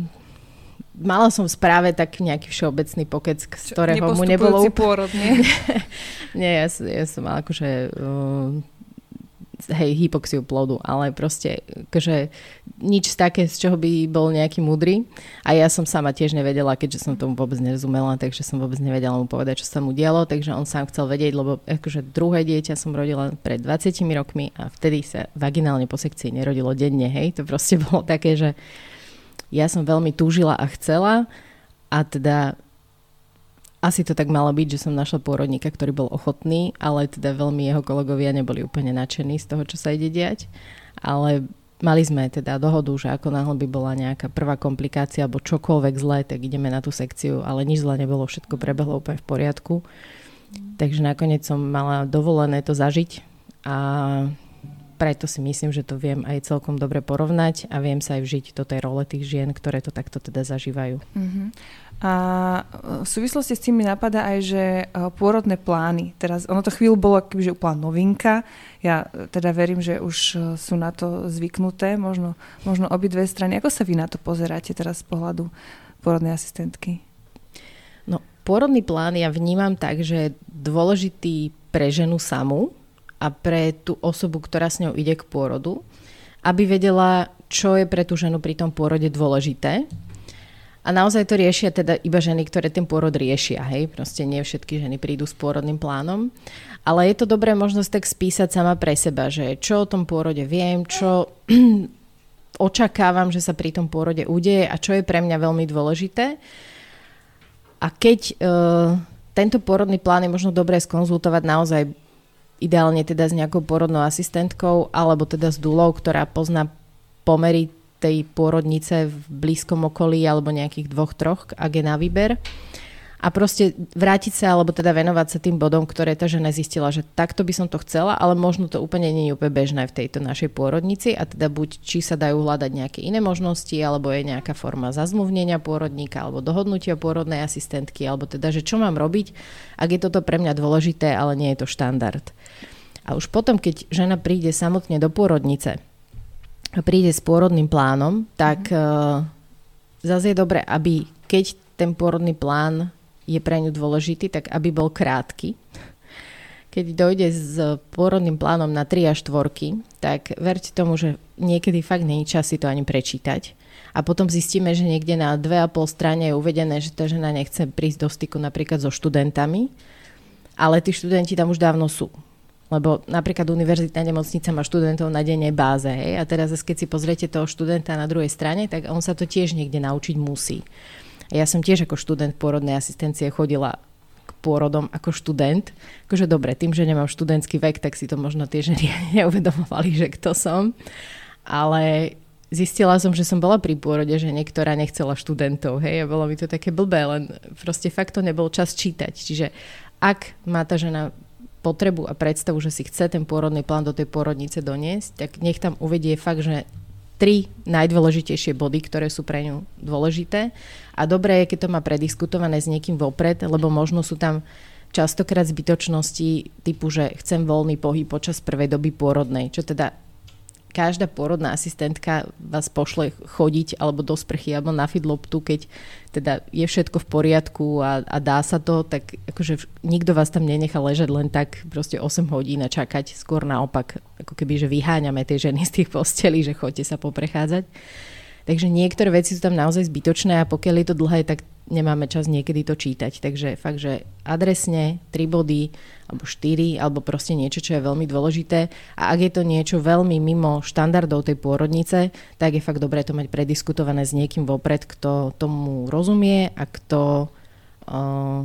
Mala som v správe tak nejaký všeobecný pokec, z ktorého mu nebolo... Nepostupujúci pôrod, nie? Nie, ja, ja som mala akože... Uh, hej, hypoxiu plodu, ale proste akože nič také, z čoho by bol nejaký múdry. A ja som sama tiež nevedela, keďže som tomu vôbec nerozumela, takže som vôbec nevedela mu povedať, čo sa mu dialo, takže on sám chcel vedieť, lebo akože druhé dieťa som rodila pred dvadsiatimi rokmi a vtedy sa vaginálne po sekcii nerodilo denne, hej. To proste bolo také, že ja som veľmi túžila a chcela a teda asi to tak malo byť, že som našla pôrodníka, ktorý bol ochotný, ale teda veľmi jeho kolegovia neboli úplne nadšení z toho, čo sa ide diať. Ale mali sme teda dohodu, že ako náhle by bola nejaká prvá komplikácia alebo čokoľvek zlé, tak ideme na tú sekciu, ale nič zlé nebolo, všetko prebehlo úplne v poriadku. Takže nakoniec som mala dovolené to zažiť a preto si myslím, že to viem aj celkom dobre porovnať a viem sa aj vžiť do tej role tých žien, ktoré to takto teda zažívajú. Uh-huh. A v súvislosti s tým mi napadá aj, že pôrodné plány. Teraz ono to chvíľu bolo akože úplná novinka. Ja teda verím, že už sú na to zvyknuté, možno, možno obidve strany. Ako sa vy na to pozeráte teraz z pohľadu pôrodnej asistentky? No, pôrodný plán ja vnímam tak, že je dôležitý pre ženu samú a pre tú osobu, ktorá s ňou ide k pôrodu, aby vedela, čo je pre tú ženu pri tom pôrode dôležité. A naozaj to riešia teda iba ženy, ktoré ten pôrod riešia. Hej? Proste nie všetky ženy prídu s pôrodným plánom. Ale je to dobré možnosť tak spísať sama pre seba, že čo o tom pôrode viem, čo očakávam, že sa pri tom pôrode udeje a čo je pre mňa veľmi dôležité. A keď e, tento pôrodný plán je možno dobré skonzultovať naozaj ideálne teda s nejakou pôrodnou asistentkou alebo teda s dúlou, ktorá pozná pomery tej pôrodnice v blízkom okolí alebo nejakých dvoch, troch, ak je na výber. A proste vrátiť sa alebo teda venovať sa tým bodom, ktoré tá žena zistila, že takto by som to chcela, ale možno to úplne nie je úplne bežné v tejto našej pôrodnici a teda buď či sa dajú hľadať nejaké iné možnosti, alebo je nejaká forma zazmluvnenia pôrodníka alebo dohodnutia pôrodnej asistentky, alebo teda, že čo mám robiť, ak je toto pre mňa dôležité, ale nie je to štandard. A už potom, keď žena príde samotne do pôrodnice a príde s pôrodným plánom, tak mm. uh, zase je dobre, aby keď ten pôrodný plán je pre ňu dôležitý, tak aby bol krátky. Keď dojde s pôrodným plánom na tri až štyri, tak verte tomu, že niekedy fakt nie je čas si to ani prečítať. A potom zistíme, že niekde na dve a pol strane je uvedené, že tá žena nechce prísť do styku napríklad so študentami, ale tí študenti tam už dávno sú. Lebo napríklad univerzitná nemocnica má študentov na dennej báze. Hej? A teraz keď si pozriete toho študenta na druhej strane, tak on sa to tiež niekde naučiť musí. Ja som tiež ako študent pôrodnej asistencie chodila k pôrodom ako študent. Akože dobre, tým, že nemám študentský vek, tak si to možno tie ženy neuvedomovali, že kto som. Ale zistila som, že som bola pri pôrode, že niektorá nechcela študentov. Hej? A bolo mi to také blbé, len proste fakt to nebol čas čítať. Čiže ak má tá žena potrebu a predstavu, že si chce ten pôrodný plán do tej pôrodnice doniesť, tak nech tam uvedie fakt, že tri najdôležitejšie body, ktoré sú pre ňu dôležité. A dobré je, keď to má prediskutované s niekým vopred, lebo možno sú tam častokrát zbytočnosti typu, že chcem voľný pohyb počas prvej doby pôrodnej, čo teda každá pôrodná asistentka vás pošle chodiť alebo do sprchy alebo na fidloptu, keď teda je všetko v poriadku a, a dá sa to, tak akože nikto vás tam nenechá ležať len tak proste osem hodín a čakať. Skôr naopak, ako keby, že vyháňame tie ženy z tých postelí, že choďte sa poprechádzať. Takže niektoré veci sú tam naozaj zbytočné a pokiaľ je to dlhé, tak nemáme čas niekedy to čítať. Takže fakt, že adresne tri body alebo štyri, alebo proste niečo, čo je veľmi dôležité. A ak je to niečo veľmi mimo štandardov tej pôrodnice, tak je fakt dobré to mať prediskutované s niekým vopred, kto tomu rozumie a kto uh,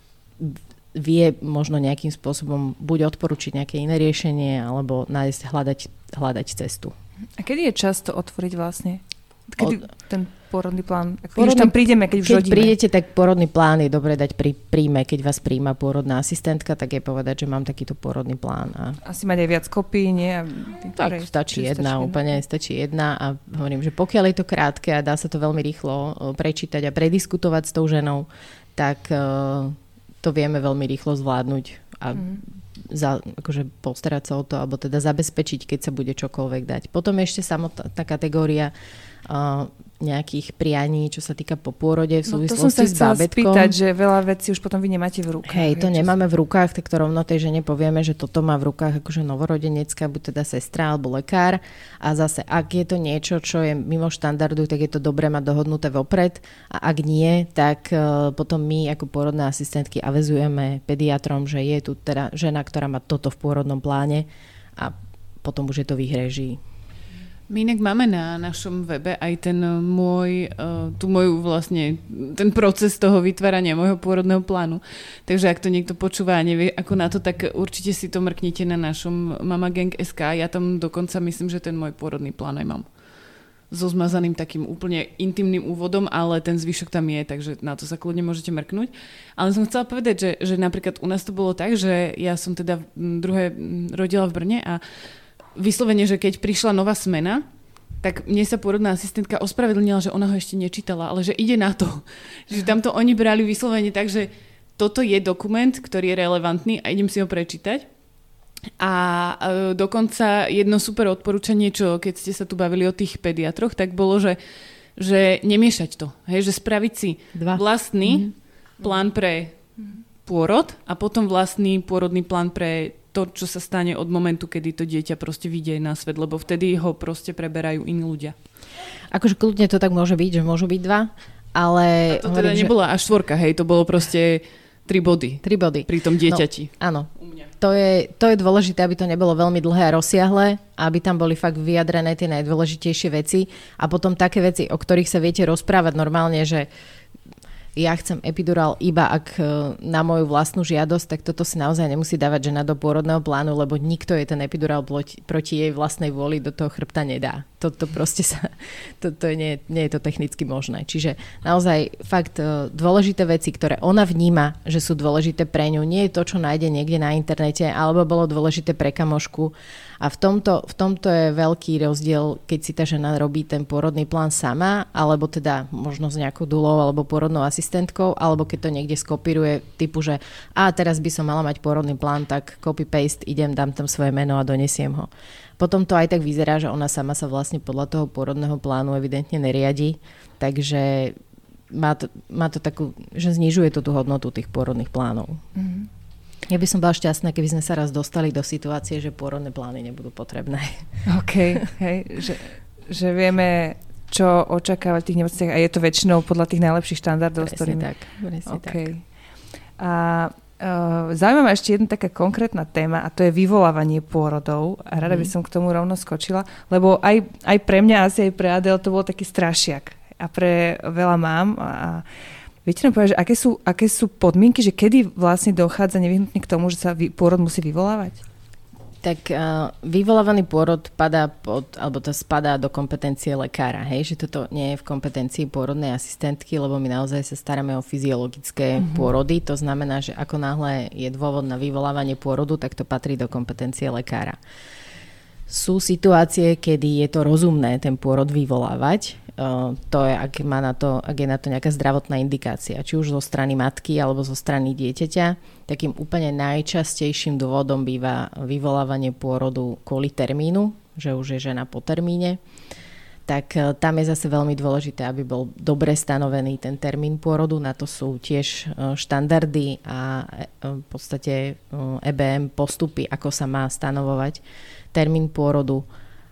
vie možno nejakým spôsobom buď odporučiť nejaké iné riešenie, alebo nájsť, hľadať, hľadať cestu. A kedy je čas to otvoriť vlastne? Kedy Od... ten pôrodný plán? Keď porodný, už tam prídeme, keď už keď rodíme. Keď prídete, tak pôrodný plán je dobré dať pri príjme. Keď vás príjma pôrodná asistentka, tak je povedať, že mám takýto pôrodný plán. A... Asi mať aj viac kopí, nie? Tak ktorej, stačí jedna, stačí úplne jedna. stačí jedna a hovorím, že pokiaľ je to krátke a dá sa to veľmi rýchlo prečítať a prediskutovať s tou ženou, tak uh, to vieme veľmi rýchlo zvládnuť a mm. za, akože postarať sa o to, alebo teda zabezpečiť, keď sa bude čokoľvek dať. Potom ešte samotná kategória uh, nejakých prianí, čo sa týka po pôrode v súvislosti s bábätkom. No to som sa chcela spýtať, že veľa vecí už potom vy nemáte v rukách. Hej, to nemáme v rukách, tak to rovno tej žene povieme, že toto má v rukách akože novorodenecká, buď teda sestra alebo lekár. A zase, ak je to niečo, čo je mimo štandardu, tak je to dobré mať dohodnuté vopred. A ak nie, tak uh, potom my ako pôrodné asistentky avezujeme pediatrom, že je tu teda žena, ktorá má toto v pôrodnom pláne a potom už je to v ich réžii. My inak máme na našom webe aj ten môj, tú moju vlastne, ten proces toho vytvárania môjho pôrodného plánu. Takže ak to niekto počúva a nevie ako na to, tak určite si to mrknite na našom mamagang bodka es ká. Ja tam dokonca myslím, že ten môj pôrodný plán aj mám. So zmazaným takým úplne intimným úvodom, ale ten zvyšok tam je, takže na to sa kľudne môžete mrknúť. Ale som chcela povedať, že, že napríklad u nás to bolo tak, že ja som teda druhé rodila v Brne a vyslovene, že keď prišla nová smena, tak mne sa pôrodná asistentka ospravedlnila, že ona ho ešte nečítala, ale že ide na to. Že tam to oni brali vyslovene tak, že toto je dokument, ktorý je relevantný a idem si ho prečítať. A e, dokonca jedno super odporúčanie, čo keď ste sa tu bavili o tých pediatroch, tak bolo, že, že nemiešať to. Hej, že spraviť si Dva. vlastný mm-hmm. plán pre pôrod a potom vlastný pôrodný plán pre to, čo sa stane od momentu, kedy to dieťa proste vyjde na svet, lebo vtedy ho proste preberajú iní ľudia. Akože kľudne to tak môže byť, že môžu byť dva, ale... A to teda hovorím, nebola že... až štvorka, hej, to bolo proste tri body. Tri body. Pri tom dieťati. No, áno. To je, to je dôležité, aby to nebolo veľmi dlhé a rozsiahle, aby tam boli fakt vyjadrené tie najdôležitejšie veci a potom také veci, o ktorých sa viete rozprávať normálne, že ja chcem epidurál iba ak na moju vlastnú žiadosť, tak toto si naozaj nemusí dávať žena do pôrodného plánu, lebo nikto jej ten epidurál proti jej vlastnej vôli do toho chrbta nedá. Toto proste sa, to, to nie, nie je to technicky možné. Čiže naozaj fakt dôležité veci, ktoré ona vníma, že sú dôležité pre ňu, nie je to, čo nájde niekde na internete, alebo bolo dôležité pre kamošku. A v tomto, v tomto je veľký rozdiel, keď si tá žena robí ten pôrodný plán sama, alebo teda možno s nejakou dulou alebo pôrodnou asistentkou, alebo keď to niekde skopíruje typu, že a teraz by som mala mať pôrodný plán, tak copy-paste, idem, dám tam svoje meno a donesiem ho. Potom to aj tak vyzerá, že ona sama sa vlastne podľa toho pôrodného plánu evidentne neriadi, takže má to, má to takú, že znižuje to tú hodnotu tých pôrodných plánov. Mm-hmm. Ja by som bola šťastná, keby sme sa raz dostali do situácie, že pôrodné plány nebudú potrebné. OK, hej, že, že vieme, čo očakávať v tých nemocniciach a je to väčšinou podľa tých najlepších štandardov. Presne ktorými... tak, presne okay. tak. A uh, zaujíma ma ešte jedna taká konkrétna téma a to je vyvolávanie pôrodov a rada mm. by som k tomu rovno skočila, lebo aj, aj pre mňa, asi aj pre Adel to bol taký strašiak a pre veľa mám a viete nám povedať, že aké sú, aké sú podmienky, že kedy vlastne dochádza nevyhnutne k tomu, že sa vy, pôrod musí vyvolávať? Tak uh, vyvolávaný pôrod padá pod, alebo to spadá do kompetencie lekára, hej, že toto nie je v kompetencii pôrodnej asistentky, lebo my naozaj sa staráme o fyziologické mm-hmm. pôrody, to znamená, že ako náhle je dôvod na vyvolávanie pôrodu, tak to patrí do kompetencie lekára. Sú situácie, kedy je to rozumné ten pôrod vyvolávať. Uh, to je, ak, má na to, ak je na to nejaká zdravotná indikácia, či už zo strany matky alebo zo strany dieťaťa. Takým úplne najčastejším dôvodom býva vyvolávanie pôrodu kvôli termínu, že už je žena po termíne, tak tam je zase veľmi dôležité, aby bol dobre stanovený ten termín pôrodu. Na to sú tiež štandardy a v podstate é bé em postupy, ako sa má stanovovať termín pôrodu.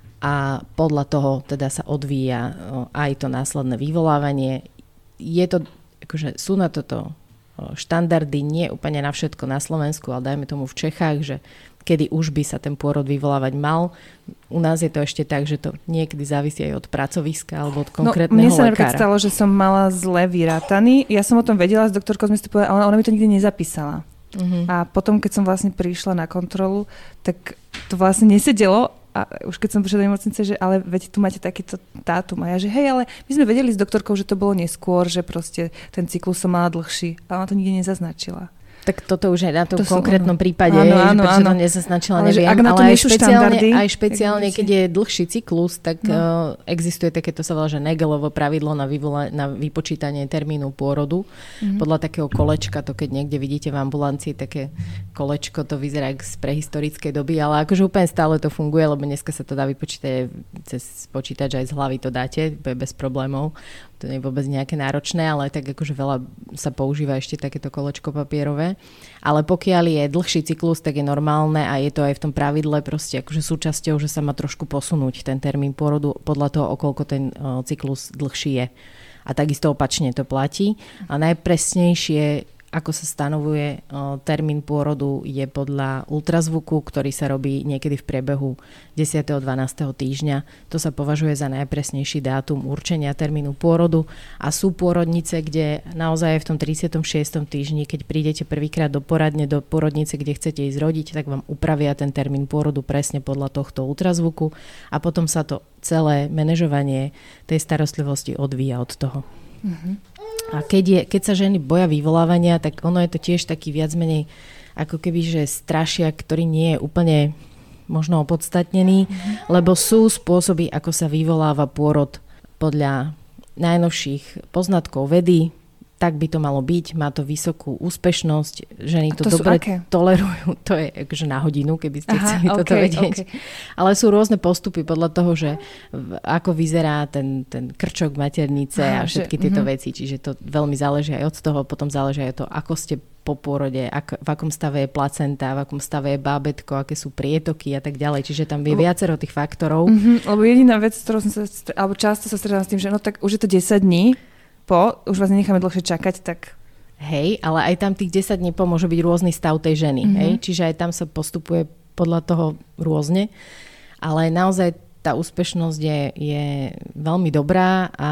A podľa toho teda sa odvíja aj to následné vyvolávanie. Je to, akože sú na toto štandardy, nie úplne na všetko na Slovensku, ale dajme tomu v Čechách, že kedy už by sa ten pôrod vyvolávať mal. U nás je to ešte tak, že to niekedy závisí aj od pracoviska alebo od konkrétneho no, mne sa lekára. napríklad stalo, že som mala zle vyrátaný. Ja som o tom vedela, s doktorkou sme si to povedali, ale ona mi to nikdy nezapísala. Uh-huh. A potom, keď som vlastne prišla na kontrolu, tak to vlastne nesedelo. A už keď som prišla do nemocnice, že ale veď tu máte takýto dátum. A ja, že hej, ale my sme vedeli s doktorkou, že to bolo neskôr, že proste ten cyklus som mala dlhší. Ale ona to nikdy nezaznačila. Tak toto už je na tom to konkrétnom sú, prípade, áno, áno, prečo áno. to nezaznačila, ale neviem. Ak na to ale aj sú špeciálne, štandardy, aj špeciálne keď je dlhší cyklus, tak no. uh, existuje také, to sa volá, že Nagelovo pravidlo na, vyvola- na vypočítanie termínu pôrodu. Mm-hmm. Podľa takého kolečka, to keď niekde vidíte v ambulancii, také kolečko, to vyzerá z prehistorickej doby, ale akože úplne stále to funguje, lebo dneska sa to dá vypočítať cez počítač, aj z hlavy to dáte, bez problémov. To nie je vôbec nejaké náročné, ale tak akože veľa sa používa ešte takéto kolečko papierové. Ale pokiaľ je dlhší cyklus, tak je normálne a je to aj v tom pravidle proste akože súčasťou, že sa má trošku posunúť ten termín pôrodu podľa toho, okoľko ten uh, cyklus dlhší je. A takisto opačne to platí. A najpresnejšie, ako sa stanovuje o, termín pôrodu, je podľa ultrazvuku, ktorý sa robí niekedy v priebehu desiateho dvanásteho týždňa. To sa považuje za najpresnejší dátum určenia termínu pôrodu a sú pôrodnice, kde naozaj v tom tridsiatom šiestom týždni, keď prídete prvýkrát do poradne, do pôrodnice, kde chcete ísť rodiť, tak vám upravia ten termín pôrodu presne podľa tohto ultrazvuku a potom sa to celé manažovanie tej starostlivosti odvíja od toho. Mhm. A keď, je, keď sa ženy boja vyvolávania, tak ono je to tiež taký viac menej ako keby, že strašiak, ktorý nie je úplne možno opodstatnený, mm-hmm. lebo sú spôsoby, ako sa vyvoláva pôrod podľa najnovších poznatkov vedy. Tak by to malo byť, má to vysokú úspešnosť, ženy to, to dobre tolerujú, to je akože na hodinu, keby ste Aha, chceli okay, toto vedieť. Okay. Ale sú rôzne postupy podľa toho, že ako vyzerá ten, ten krčok maternice Aha, a všetky že, tieto uh-huh. veci, čiže to veľmi záleží aj od toho, potom záleží aj to, ako ste po pôrode, ak, v akom stave je placenta, v akom stave je bábätko, aké sú prietoky a tak ďalej, čiže tam je viacero tých faktorov. Uh-huh, lebo jediná vec, ktorou som sa, alebo často sa stretávam s tým, že no tak už je to desať dní, po, už vás necháme dlhšie čakať, tak... Hej, ale aj tam tých desať dní po môže byť rôzny stav tej ženy, mm-hmm. hej, čiže aj tam sa postupuje podľa toho rôzne, ale naozaj tá úspešnosť je, je veľmi dobrá a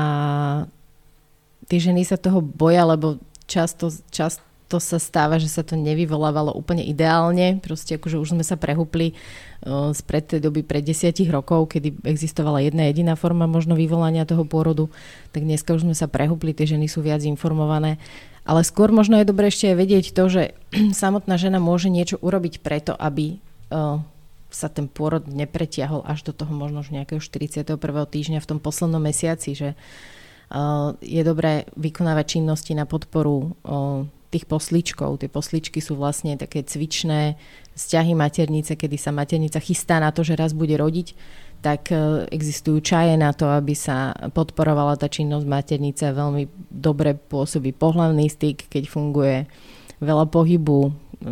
tie ženy sa toho boja, lebo často, často sa stáva, že sa to nevyvolávalo úplne ideálne, proste akože už sme sa prehúpli uh, spred tej doby, pred desiatich rokov, kedy existovala jedna jediná forma možno vyvolania toho pôrodu, tak dneska už sme sa prehúpli, tie ženy sú viac informované, ale skôr možno je dobré ešte aj vedieť to, že samotná žena môže niečo urobiť preto, aby uh, sa ten pôrod nepretiahol až do toho možno už nejakého štyridsiateho prvého týždňa v tom poslednom mesiaci, že uh, je dobré vykonávať činnosti na podporu uh, tých poslíčkov. Tie poslíčky sú vlastne také cvičné vzťahy maternice, kedy sa maternica chystá na to, že raz bude rodiť, tak existujú čaje na to, aby sa podporovala tá činnosť maternice. Veľmi dobre pôsobí pohlavný styk, keď funguje veľa pohybu,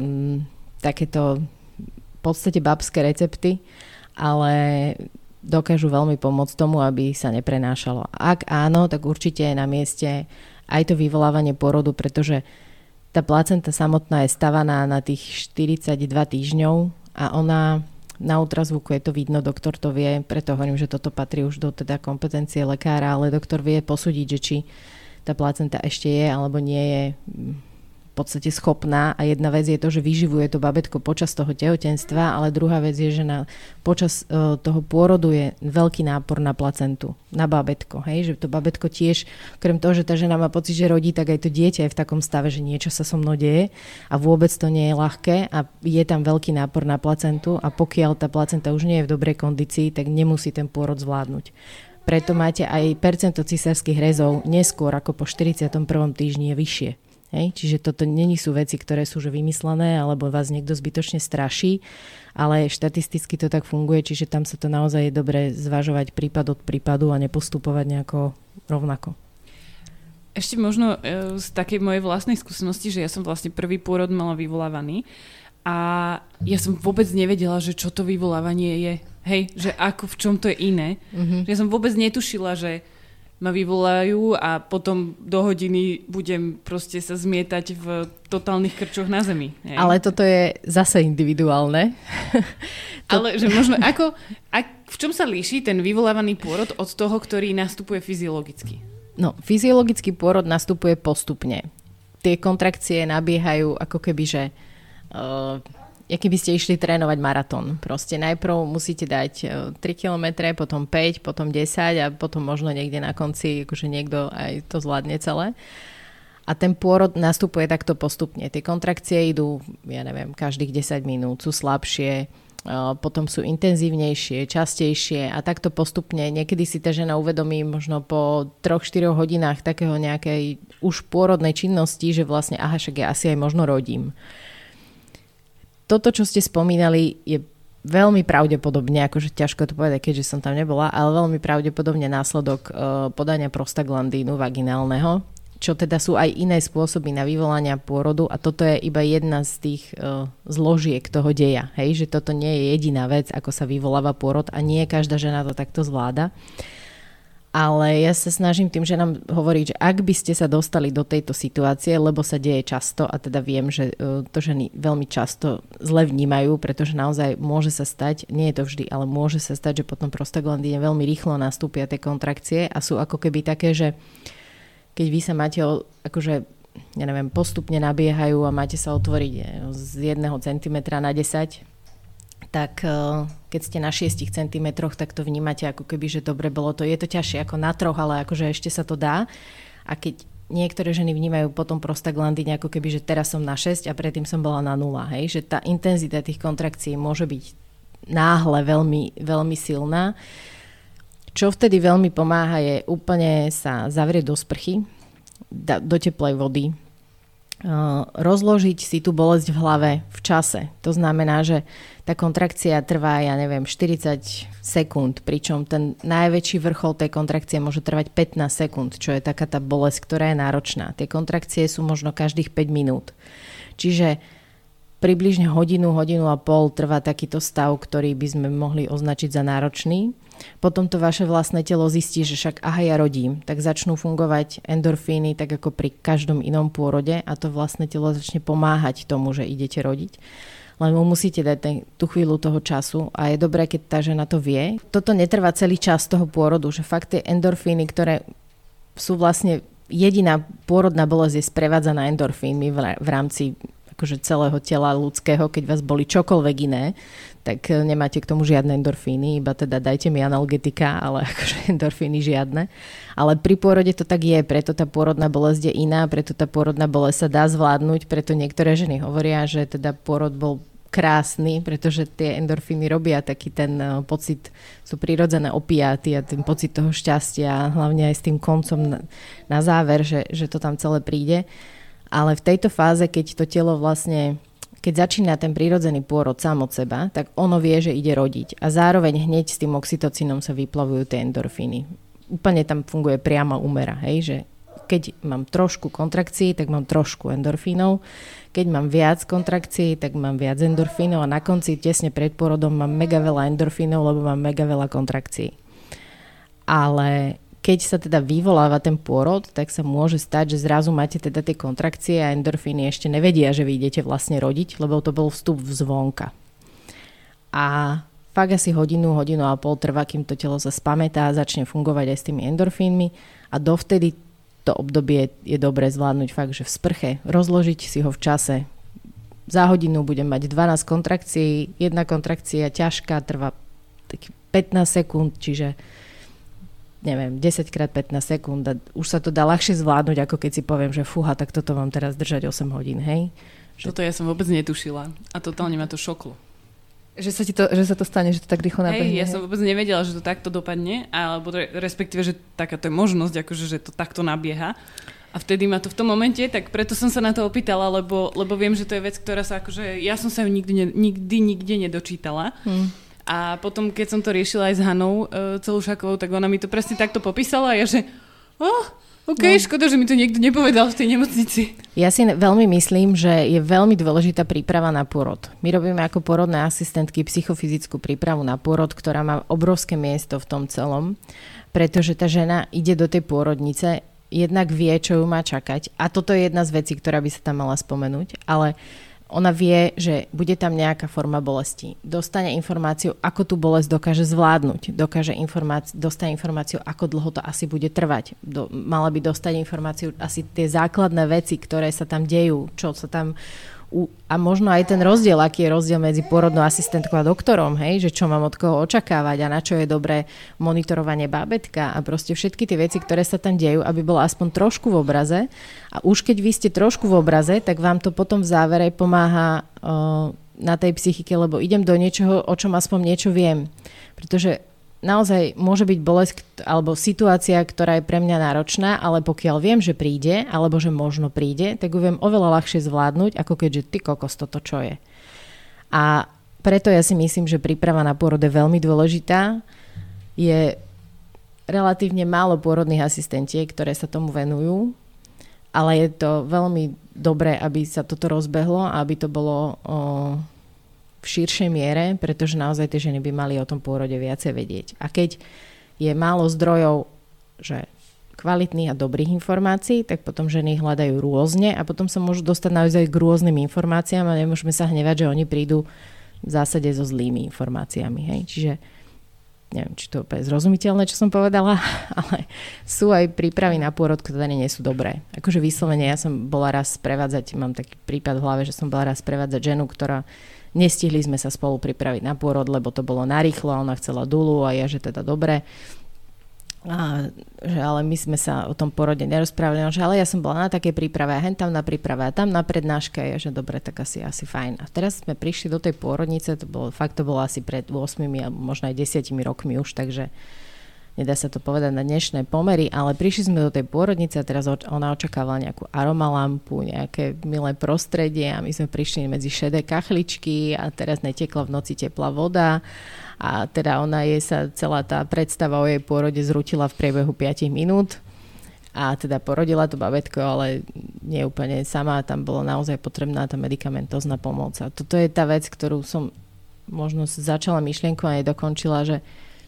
takéto v podstate babské recepty, ale dokážu veľmi pomôcť tomu, aby sa neprenášalo. Ak áno, tak určite je na mieste aj to vyvolávanie pôrodu, pretože tá placenta samotná je stavaná na tých štyridsaťdva týždňov a ona na ultrazvuku je to vidno, doktor to vie, preto hovorím, že toto patrí už do teda kompetencie lekára, ale doktor vie posúdiť, že či tá placenta ešte je alebo nie je v podstate schopná a jedna vec je to, že vyživuje to babätko počas toho tehotenstva, ale druhá vec je, že na, počas uh, toho pôrodu je veľký nápor na placentu, na babätko, hej, že to babätko tiež, okrem toho, že tá žena má pocit, že rodí, tak aj to dieťa je v takom stave, že niečo sa so mnou deje a vôbec to nie je ľahké a je tam veľký nápor na placentu a pokiaľ tá placenta už nie je v dobrej kondícii, tak nemusí ten pôrod zvládnuť. Preto máte aj percento cisárskych rezov neskôr ako po štyridsiatom prvom týždni je vyššie. Hej? Čiže toto není sú veci, ktoré sú že vymyslené alebo vás niekto zbytočne straší, ale štatisticky to tak funguje, čiže tam sa to naozaj je dobre zvažovať prípad od prípadu a nepostupovať nejako rovnako. Ešte možno e, z takej mojej vlastnej skúsenosti, že ja som vlastne prvý pôrod mala vyvolávaný a ja som vôbec nevedela, že čo to vyvolávanie je. Hej, že ako, v čom to je iné. Mm-hmm. Že ja som vôbec netušila, že ma vyvolajú a potom do hodiny budem proste sa zmietať v totálnych krčoch na zemi. Hej. Ale toto je zase individuálne. to... Ale že možno ako, ak, v čom sa líši ten vyvolávaný pôrod od toho, ktorý nastupuje fyziologicky? No, fyziologický pôrod nastupuje postupne. Tie kontrakcie nabiehajú ako keby, že uh, aký by ste išli trénovať maratón. Proste najprv musíte dať tri kilometre, potom päť, potom desať a potom možno niekde na konci akože niekto aj to zvládne celé. A ten pôrod nastupuje takto postupne. Tie kontrakcie idú, ja neviem, každých desať minút, sú slabšie, potom sú intenzívnejšie, častejšie a takto postupne. Niekedy si tá žena uvedomí možno po troch štyroch hodinách takého nejakej už pôrodnej činnosti, že vlastne aha, však ja asi aj možno rodím. Toto, čo ste spomínali, je veľmi pravdepodobne, akože ťažko to povedať, keďže som tam nebola, ale veľmi pravdepodobne následok uh, podania prostaglandínu vaginálneho, čo teda sú aj iné spôsoby na vyvolania pôrodu a toto je iba jedna z tých uh, zložiek toho deja. Hej? Že toto nie je jediná vec, ako sa vyvoláva pôrod a nie každá žena to takto zvláda. Ale ja sa snažím tým ženám hovoriť, že ak by ste sa dostali do tejto situácie, lebo sa deje často a teda viem, že to ženy veľmi často zle vnímajú, pretože naozaj môže sa stať, nie je to vždy, ale môže sa stať, že potom prostaglandíne veľmi rýchlo nastúpia tie kontrakcie a sú ako keby také, že keď vy sa máte, akože, ja neviem, postupne nabiehajú a máte sa otvoriť z jedného centimetra na desať, tak keď ste na šiestich centimetroch, tak to vnímate ako keby, že dobre bolo to. Je to ťažšie ako na troch, ale akože ešte sa to dá. A keď niektoré ženy vnímajú potom prostaglandín ako keby, že teraz som na šesť a predtým som bola na nula. Hej? Že tá intenzita tých kontrakcií môže byť náhle veľmi, veľmi silná. Čo vtedy veľmi pomáha je úplne sa zavrieť do sprchy, do teplej vody, rozložiť si tú bolesť v hlave v čase. To znamená, že tá kontrakcia trvá, ja neviem, štyridsať sekúnd, pričom ten najväčší vrchol tej kontrakcie môže trvať pätnásť sekúnd, čo je taká tá bolesť, ktorá je náročná. Tie kontrakcie sú možno každých päť minút. Čiže približne hodinu, hodinu a pol trvá takýto stav, ktorý by sme mohli označiť za náročný. Potom to vaše vlastné telo zistí, že však aha, ja rodím, tak začnú fungovať endorfíny tak ako pri každom inom pôrode a to vlastné telo začne pomáhať tomu, že idete rodiť. Len mu musíte dať ten, tú chvíľu toho času a je dobré, keď tá žena to vie. Toto netrvá celý čas toho pôrodu, že fakt tie endorfíny, ktoré sú vlastne jediná pôrodná bolesť je sprevádzaná endorfínmi v rámci akože celého tela ľudského, keď vás boli čokoľvek iné, tak nemáte k tomu žiadne endorfíny, iba teda dajte mi analgetika, ale akože endorfíny žiadne. Ale pri pôrode to tak je, preto tá pôrodná bolesť je iná, preto tá pôrodná bolesť sa dá zvládnuť, preto niektoré ženy hovoria, že teda pôrod bol krásny, pretože tie endorfíny robia taký ten pocit, sú prirodzené opiáty a ten pocit toho šťastia, hlavne aj s tým koncom na, na záver, že, že to tam celé príde. Ale v tejto fáze, keď to telo vlastne, keď začína ten prírodzený pôrod sám od seba, tak ono vie, že ide rodiť. A zároveň hneď s tým oxytocínom sa vyplavujú tie endorfíny. Úplne tam funguje priama úmera, hej, že keď mám trošku kontrakcií, tak mám trošku endorfínov. Keď mám viac kontrakcií, tak mám viac endorfínov a na konci tesne pred pôrodom mám mega veľa endorfínov, lebo mám mega veľa kontrakcií. Ale keď sa teda vyvoláva ten pôrod, tak sa môže stať, že zrazu máte teda tie kontrakcie a endorfíny ešte nevedia, že vy idete vlastne rodiť, lebo to bol vstup zvonka. A fakt asi hodinu, hodinu a pol trvá, kým to telo sa spamätá a začne fungovať aj s tými endorfínmi a dovtedy to obdobie je dobre zvládnuť fakt, že v sprche, rozložiť si ho v čase. Za hodinu budem mať dvanásť kontrakcií, jedna kontrakcia ťažká, trvá pätnásť sekúnd, čiže neviem, desať krát pätnásť sekúnd a už sa to dá ľahšie zvládnuť, ako keď si poviem, že fúha, tak toto mám teraz držať osem hodín, hej? Že... Toto ja som vôbec netušila a totálne ma to šoklo. Že sa, ti to, že sa to stane, že to tak rýchlo nabehne. Hej, ja som vôbec nevedela, že to takto dopadne, alebo respektíve, že takáto je možnosť, akože, že to takto nabieha. A vtedy ma to v tom momente, tak preto som sa na to opýtala, lebo, lebo viem, že to je vec, ktorá sa akože, ja som sa ju nikdy, ne, nikdy nikde nedočítala. Hmm. A potom, keď som to riešila aj s Hanou uh, Celúšakovou, tak ona mi to presne takto popísala a ja, že oh, OK, no. Škoda, že mi to niekto nepovedal v tej nemocnici. Ja si veľmi myslím, že je veľmi dôležitá príprava na pôrod. My robíme ako pôrodné asistentky psychofyzickú prípravu na pôrod, ktorá má obrovské miesto v tom celom, pretože tá žena ide do tej pôrodnice, jednak vie, čo ju má čakať. A toto je jedna z vecí, ktorá by sa tam mala spomenúť. Ale ona vie, že bude tam nejaká forma bolesti. Dostane informáciu, ako tú bolesť dokáže zvládnuť. Dokáže informáci- dostane informáciu, ako dlho to asi bude trvať. Do, mala by dostať informáciu asi tie základné veci, ktoré sa tam dejú, čo sa tam... A možno aj ten rozdiel, aký je rozdiel medzi pôrodnou asistentkou a doktorom, hej, že čo mám od koho očakávať a na čo je dobré monitorovanie bábätka a proste všetky tie veci, ktoré sa tam dejú, aby bolo aspoň trošku v obraze. A už keď vy ste trošku v obraze, tak vám to potom v závere pomáha uh, na tej psychike, lebo idem do niečoho, o čom aspoň niečo viem. Pretože naozaj môže byť bolesť alebo situácia, ktorá je pre mňa náročná, ale pokiaľ viem, že príde, alebo že možno príde, tak ju viem oveľa ľahšie zvládnuť, ako keďže ty kokos, toto čo je. A preto ja si myslím, že príprava na pôrod je veľmi dôležitá. Je relatívne málo pôrodných asistentiek, ktoré sa tomu venujú, ale je to veľmi dobré, aby sa toto rozbehlo a aby to bolo... O, v širšej miere, pretože naozaj tie ženy by mali o tom pôrode viacej vedieť. A keď je málo zdrojov, že kvalitných a dobrých informácií, tak potom ženy hľadajú rôzne a potom sa môžu dostať naozaj k rôznym informáciám a nemôžeme sa hnevať, že oni prídu v zásade so zlými informáciami. Hej? Čiže neviem, či to je zrozumiteľné, čo som povedala, ale sú aj prípravy na pôrod, ktoré nie sú dobré. Akože vyslovene, ja som bola raz sprevádzať, mám taký prípad v hlave, že som bola raz sprevádzať ženu, ktorá nestihli sme sa spolu pripraviť na pôrod, lebo to bolo narýchlo a ona chcela dulu a ja, že teda dobre. A, že ale my sme sa o tom pôrode nerozprávali, že ale ja som bola na takej príprave a hen tam na príprave a tam na prednáške a ja, že dobre, tak asi, asi fajn. A teraz sme prišli do tej pôrodnice, to bolo, fakt to bolo asi pred ôsmimi alebo možno aj desiatimi rokmi už, takže nedá sa to povedať na dnešné pomery, ale prišli sme do tej pôrodnice a teraz ona očakávala nejakú aromalampu, nejaké milé prostredie a my sme prišli medzi šedé kachličky a teraz netekla v noci teplá voda a teda ona jej sa celá tá predstava o jej pôrode zrútila v priebehu päť minút a teda porodila to babätko, ale nie úplne sama, tam bolo naozaj potrebná tá medikamentozná pomoc. A toto je tá vec, ktorú som možno začala myšlienku a nedokončila, že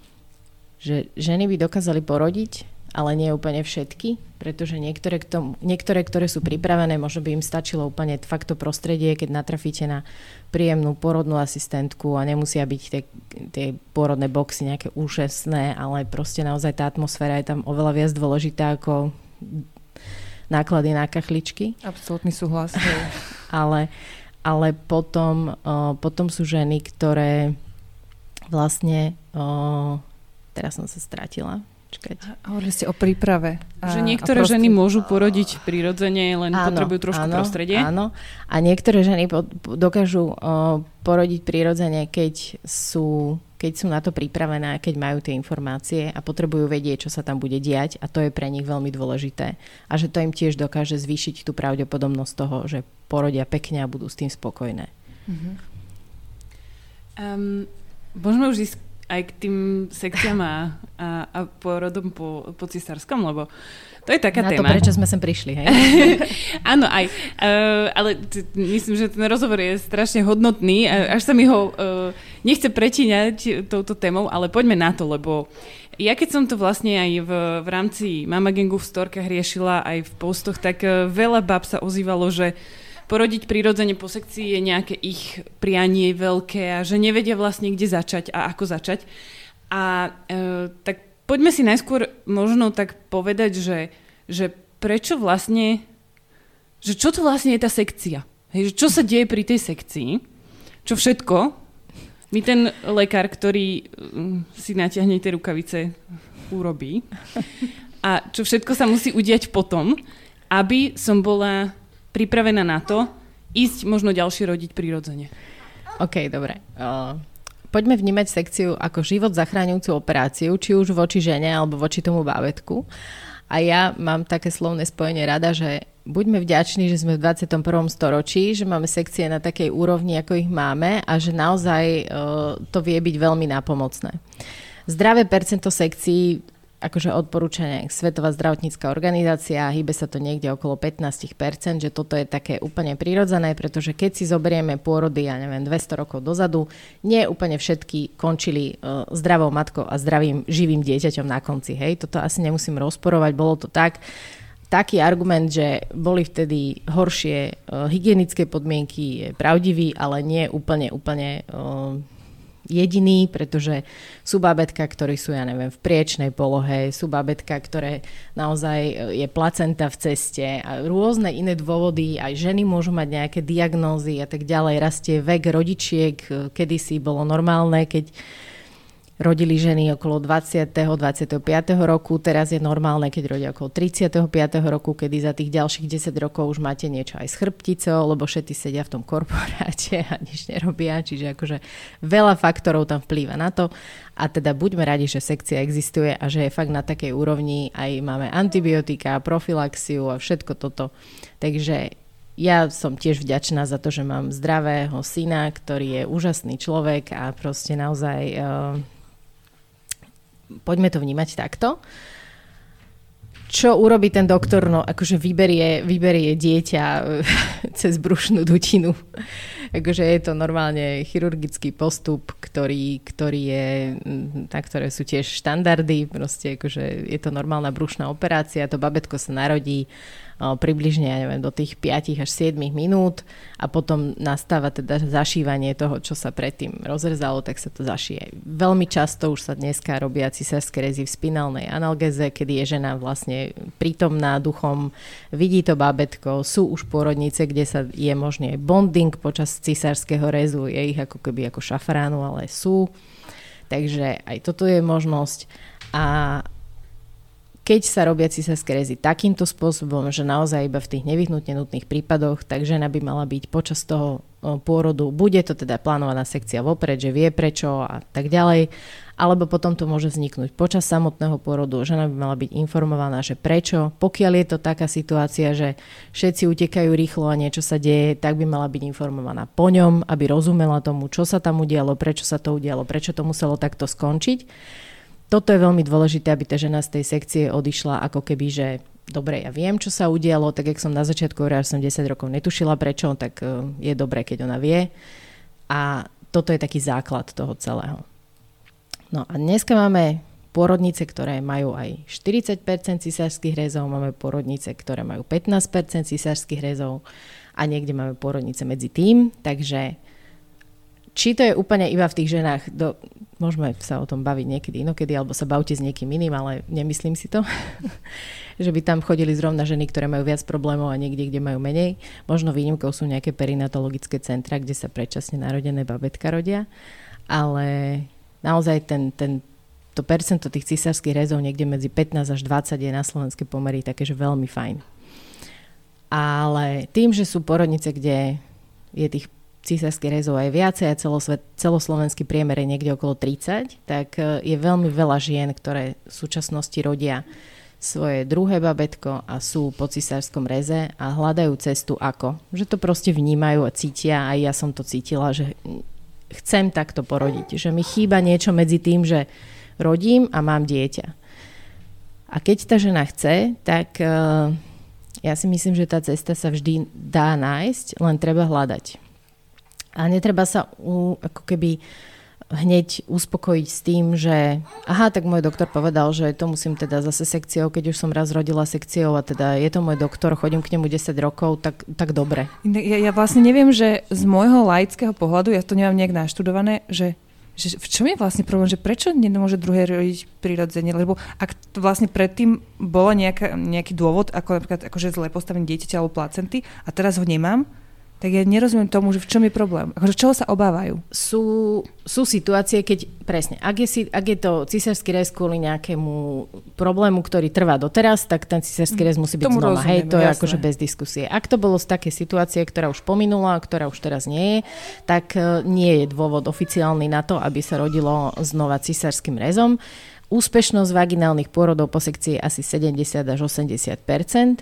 že ženy by dokázali porodiť, ale nie úplne všetky, pretože niektoré, k tomu, niektoré, ktoré sú pripravené, možno by im stačilo úplne fakt to prostredie, keď natrafíte na príjemnú porodnú asistentku a nemusia byť tie, tie porodné boxy nejaké úžasné, ale proste naozaj tá atmosféra je tam oveľa viac dôležitá ako náklady na kachličky. Absolútny súhlas. ale, ale potom, uh, potom sú ženy, ktoré vlastne... Uh, Teraz som sa strátila. Čakajte. Hovorili ste o príprave. A, že niektoré prostred... ženy môžu porodiť prirodzene, len áno, potrebujú trošku áno, prostredie. Áno. A niektoré ženy po, dokážu uh, porodiť prirodzene, keď sú, keď sú na to pripravené, keď majú tie informácie a potrebujú vedieť, čo sa tam bude diať a to je pre nich veľmi dôležité. A že to im tiež dokáže zvýšiť tú pravdepodobnosť toho, že porodia pekne a budú s tým spokojné. Uh-huh. Um, môžeme už ísť aj k tým sekciám a, a, a pôrodom po, po cisárskom, lebo to je taká na téma. Na to, prečo sme sem prišli, hej? Áno, aj. Uh, ale t- myslím, že ten rozhovor je strašne hodnotný. Až sa mi ho uh, nechce pretíňať touto témou, ale poďme na to, lebo ja keď som to vlastne aj v, v rámci Mama Gangu v storkách riešila, aj v postoch, tak uh, veľa báb sa ozývalo, že porodiť prirodzene po sekcii je nejaké ich prianie veľké a že nevedia vlastne, kde začať a ako začať. A e, tak poďme si najskôr možno tak povedať, že, že prečo vlastne, že čo to vlastne je tá sekcia? Hej, že čo sa deje pri tej sekcii? Čo všetko mi ten lekár, ktorý si natiahne tie rukavice, urobí? A čo všetko sa musí udiať potom, aby som bola pripravená na to, ísť možno ďalšie rodiť prirodzene. OK, dobre. Uh, poďme vnímať sekciu ako život zachráňujúcu operáciu, či už voči žene, alebo voči tomu bábätku. A ja mám také slovné spojenie rada, že buďme vďační, že sme v dvadsiatom prvom storočí, že máme sekcie na takej úrovni, ako ich máme a že naozaj uh, to vie byť veľmi nápomocné. Zdravé percento sekcií, akože odporúčania Svetová zdravotnícka organizácia, hýbe sa to niekde okolo pätnásť percent, že toto je také úplne prirodzené, pretože keď si zoberieme pôrody, ja neviem, dvesto rokov dozadu, nie úplne všetky končili uh, zdravou matkou a zdravým živým dieťaťom na konci. Hej, toto asi nemusím rozporovať, bolo to tak. Taký argument, že boli vtedy horšie uh, hygienické podmienky, je pravdivý, ale nie úplne, úplne uh, jediný, pretože sú bábätka, ktorí sú, ja neviem, v priečnej polohe, sú bábätka, ktoré naozaj je placenta v ceste a rôzne iné dôvody, aj ženy môžu mať nejaké diagnózy a tak ďalej, rastie vek rodičiek, kedysi bolo normálne, keď rodili ženy okolo dvadsiateho dvadsiateho piateho roku, teraz je normálne, keď rodia okolo tridsiateho piateho roku, kedy za tých ďalších desať rokov už máte niečo aj s chrbticou, lebo všetci sedia v tom korporáte a nič nerobia, čiže akože veľa faktorov tam vplýva na to a teda buďme radi, že sekcia existuje a že je fakt na takej úrovni, aj máme antibiotika, profilaxiu a všetko toto, takže ja som tiež vďačná za to, že mám zdravého syna, ktorý je úžasný človek a proste naozaj uh, poďme to vnímať takto. Čo urobí ten doktor? No akože vyberie, vyberie dieťa cez brušnú dutinu. Akože je to normálne chirurgický postup, ktorý, ktorý je, na ktoré sú tiež štandardy. Proste akože je to normálna brušná operácia. To babätko sa narodí približne, ja neviem, do tých päť až sedem minút a potom nastáva teda zašívanie toho, čo sa predtým rozrezalo, tak sa to zašije. Veľmi často už sa dneska robia cisárske rezy v spinálnej analgéze, kedy je žena vlastne prítomná duchom, vidí to bábätko, sú už pôrodnice, kde sa je možný aj bonding počas cisárskeho rezu, je ich ako keby ako šafránu, ale sú. Takže aj toto je možnosť. A keď sa robia cisárske rezy takýmto spôsobom, že naozaj iba v tých nevyhnutne nutných prípadoch, tak žena by mala byť počas toho pôrodu, bude to teda plánovaná sekcia vopred, že vie prečo a tak ďalej, alebo potom to môže vzniknúť počas samotného pôrodu. Žena by mala byť informovaná, že prečo. Pokiaľ je to taká situácia, že všetci utekajú rýchlo a niečo sa deje, tak by mala byť informovaná po ňom, aby rozumela tomu, čo sa tam udialo, prečo sa to udialo, prečo to muselo takto skončiť. Toto je veľmi dôležité, aby tá žena z tej sekcie odišla ako keby, že dobre, ja viem, čo sa udialo, tak jak som na začiatku hovorila, že som desať rokov netušila prečo, tak je dobré, keď ona vie. A toto je taký základ toho celého. No a dneska máme pôrodnice, ktoré majú aj štyridsať percent cisárskych rezov, máme pôrodnice, ktoré majú pätnásť percent cisárskych rezov a niekde máme pôrodnice medzi tým, takže či to je úplne iba v tých ženách, do, môžeme sa o tom baviť niekedy inokedy, alebo sa bavte s niekým iným, ale nemyslím si to, že by tam chodili zrovna ženy, ktoré majú viac problémov a niekde, kde majú menej. Možno výnimkou sú nejaké perinatologické centra, kde sa predčasne narodené babätka rodia, ale naozaj ten, ten, to percento tých cisárskych rezov niekde medzi pätnásť až dvadsať je na slovenské pomery také, že veľmi fajn. Ale tým, že sú porodnice, kde je tých cisárskych rezov aj viacej a celosvet, celoslovenský priemer je niekde okolo tridsať, tak je veľmi veľa žien, ktoré v súčasnosti rodia svoje druhé babätko a sú po cisárskom reze a hľadajú cestu ako. Že to proste vnímajú a cítia, aj ja som to cítila, že chcem takto porodiť, že mi chýba niečo medzi tým, že rodím a mám dieťa. A keď tá žena chce, tak uh, ja si myslím, že tá cesta sa vždy dá nájsť, len treba hľadať. A netreba sa u, ako keby hneď uspokojiť s tým, že aha, tak môj doktor povedal, že to musím teda zase sekciou, keď už som raz rodila sekciou a teda je to môj doktor, chodím k nemu desať rokov, tak, tak dobre. Ja, ja vlastne neviem, že z môjho laického pohľadu, ja to nemám nejak naštudované, že, že v čom je vlastne problém, že prečo nemôže druhé rodiť prirodzene, lebo ak to vlastne predtým bolo nejaká, nejaký dôvod, ako napríklad akože zle postavenie dieťaťa alebo placenty a teraz ho nemám, tak ja nerozumiem tomu, že v čom je problém. Akože čoho sa obávajú? Sú, sú situácie, keď presne, ak je, ak je to cisársky rez kvôli nejakému problému, ktorý trvá doteraz, tak ten cisársky rez musí byť znova. Hej, to je jasné. Akože bez diskusie. Ak to bolo z také situácie, ktorá už pominula, ktorá už teraz nie je, tak nie je dôvod oficiálny na to, aby sa rodilo znova cisárskym rezom. Úspešnosť vaginálnych pôrodov po sekcii je asi sedemdesiat až osemdesiat percent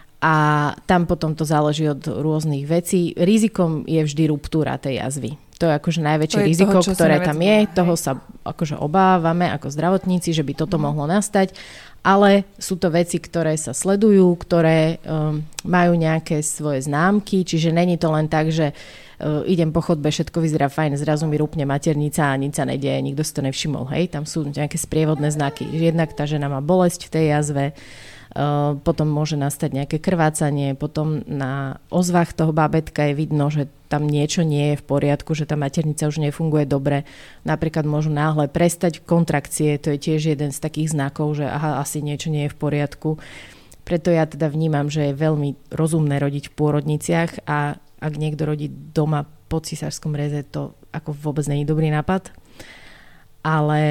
a tam potom to záleží od rôznych vecí. Rizikom je vždy ruptúra tej jazvy. To je akože najväčšie je riziko, toho, ktoré tam je. Hej. Toho sa akože obávame ako zdravotníci, že by toto mm. mohlo nastať. Ale sú to veci, ktoré sa sledujú, ktoré um, majú nejaké svoje známky, čiže není to len tak, že uh, idem po chodbe, všetko vyzerá fajn, zrazu mi rúpne maternica a nič sa nedieje, nikto si to nevšimol. Hej? Tam sú nejaké sprievodné znaky. Jednak tá žena má bolesť v tej jazve, Uh, potom môže nastať nejaké krvácanie, potom na ozvách toho bábätka je vidno, že tam niečo nie je v poriadku, že tá maternica už nefunguje dobre. Napríklad môžu náhle prestať kontrakcie, to je tiež jeden z takých znakov, že aha, asi niečo nie je v poriadku. Preto ja teda vnímam, že je veľmi rozumné rodiť v pôrodniciach a ak niekto rodí doma po cisárskom reze, to ako vôbec nie je dobrý nápad. Ale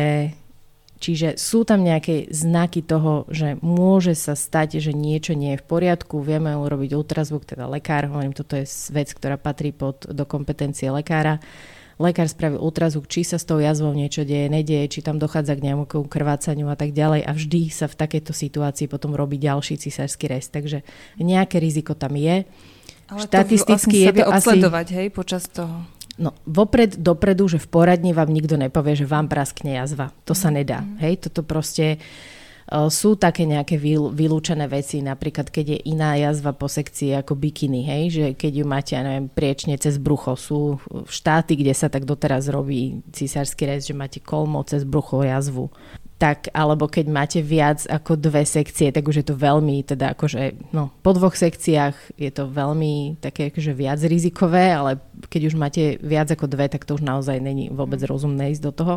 čiže sú tam nejaké znaky toho, že môže sa stať, že niečo nie je v poriadku. Vieme urobiť ultrazvuk, teda lekár, hovorím, toto je vec, ktorá patrí pod, do kompetencie lekára. Lekár spraví ultrazvuk, či sa s tou jazvou niečo deje, nedieje, či tam dochádza k nejakému krvácaniu a tak ďalej. A vždy sa v takejto situácii potom robí ďalší cisársky rez. Takže nejaké riziko tam je. Ale štatisticky to vlastne je to sa vie odsledovať, asi... hej, počas toho. No, vopred, dopredu, že v poradni vám nikto nepovie, že vám praskne jazva. To sa nedá. Mm. Hej, toto proste uh, sú také nejaké vyl, vylúčené veci, napríklad keď je iná jazva po sekcii ako bikiny, hej, že keď ju máte, ja neviem, priečne cez brucho. Sú štáty, kde sa tak doteraz robí cisársky rez, že máte kolmo cez brucho jazvu. Tak, alebo keď máte viac ako dve sekcie, tak už je to veľmi, teda akože, no, po dvoch sekciách je to veľmi také akože viac rizikové, ale keď už máte viac ako dve, tak to už naozaj není vôbec rozumné ísť do toho.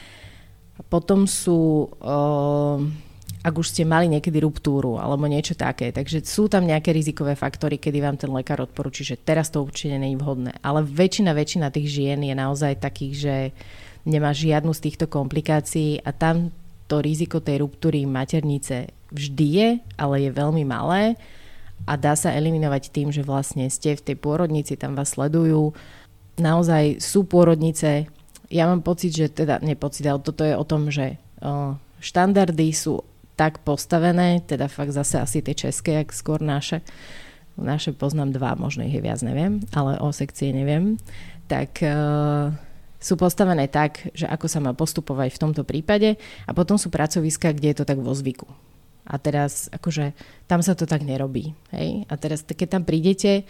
A potom sú, uh, ak už ste mali niekedy ruptúru, alebo niečo také, takže sú tam nejaké rizikové faktory, kedy vám ten lekár odporúči, že teraz to určite nie je vhodné. Ale väčšina, väčšina tých žien je naozaj takých, že nemá žiadnu z týchto komplikácií a tam to riziko tej ruptúry maternice vždy je, ale je veľmi malé a dá sa eliminovať tým, že vlastne ste v tej pôrodnici, tam vás sledujú. Naozaj sú pôrodnice, ja mám pocit, že teda, nie pocit, ale toto je o tom, že o, štandardy sú tak postavené, teda fakt zase asi tie české, jak skôr naše. Naše poznám dva, možno ich je viac, neviem, ale o sekcie neviem. Tak... Uh, sú postavené tak, že ako sa má postupovať v tomto prípade a potom sú pracoviská, kde je to tak vo zvyku. A teraz akože tam sa to tak nerobí. Hej? A teraz keď tam prídete,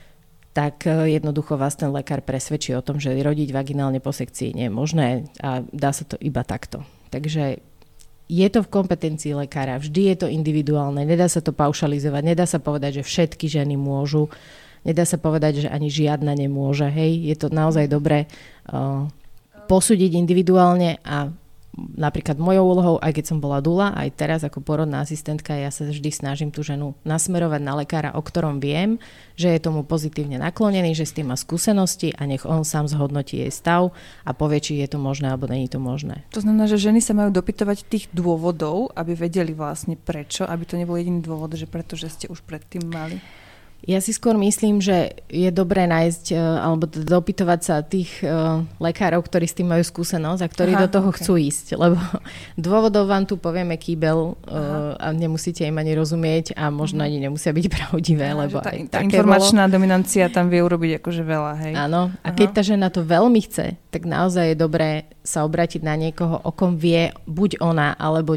tak jednoducho vás ten lekár presvedčí o tom, že rodiť vaginálne po sekcii nie je možné a dá sa to iba takto. Takže je to v kompetencii lekára, vždy je to individuálne, nedá sa to paušalizovať, nedá sa povedať, že všetky ženy môžu. Nedá sa povedať, že ani žiadna nemôže. Hej, je to naozaj dobré uh, posúdiť individuálne a napríklad mojou úlohou, aj keď som bola dula, aj teraz ako porodná asistentka, ja sa vždy snažím tú ženu nasmerovať na lekára, o ktorom viem, že je tomu pozitívne naklonený, že s tým má skúsenosti a nech on sám zhodnotí jej stav a povie, či je to možné alebo nie je to možné. To znamená, že ženy sa majú dopytovať tých dôvodov, aby vedeli vlastne prečo, aby to nebol jediný dôvod, že pretože ste už predtým mali. Ja si skôr myslím, že je dobré nájsť alebo dopytovať sa tých uh, lekárov, ktorí s tým majú skúsenosť a ktorí Aha, do toho okay. chcú ísť. Lebo dôvodov vám tu povieme kýbel uh, a nemusíte im ani rozumieť a možno ani nemusia byť pravdivé. Aha, lebo tá, tá informačná bolo. Dominancia tam vie urobiť akože veľa. Hej? Áno. A keď Aha. tá žena to veľmi chce, tak naozaj je dobré sa obrátiť na niekoho, o kom vie buď ona alebo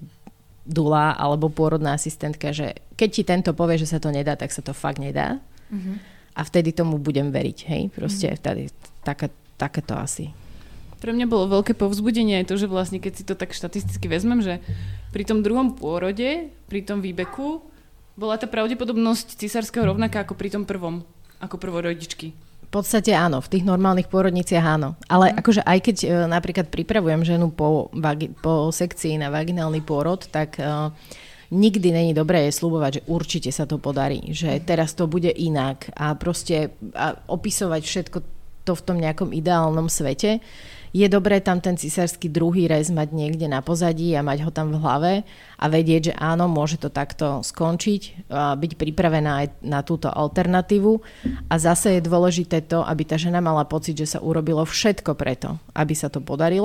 dula alebo pôrodná asistentka, že keď ti tento povie, že sa to nedá, tak sa to fakt nedá. Uh-huh. A vtedy tomu budem veriť. Hej? Proste uh-huh. vtedy také, také to asi. Pre mňa bolo veľké povzbudenie aj to, že vlastne keď si to tak štatisticky vezmem, že pri tom druhom pôrode, pri tom výbeku, bola tá pravdepodobnosť cisárskeho rovnaká ako pri tom prvom, ako prvorodičky. V podstate áno, v tých normálnych pôrodniciach áno. Ale mm. akože aj keď e, napríklad pripravujem ženu po, vagi- po sekcii na vaginálny pôrod, tak e, nikdy není dobré je sľubovať, že určite sa to podarí, že teraz to bude inak a proste a opisovať všetko to v tom nejakom ideálnom svete. Je dobré tam ten cisársky druhý rez mať niekde na pozadí a mať ho tam v hlave a vedieť, že áno, môže to takto skončiť, a byť pripravená aj na túto alternatívu. A zase je dôležité to, aby tá žena mala pocit, že sa urobilo všetko preto, aby sa to podarilo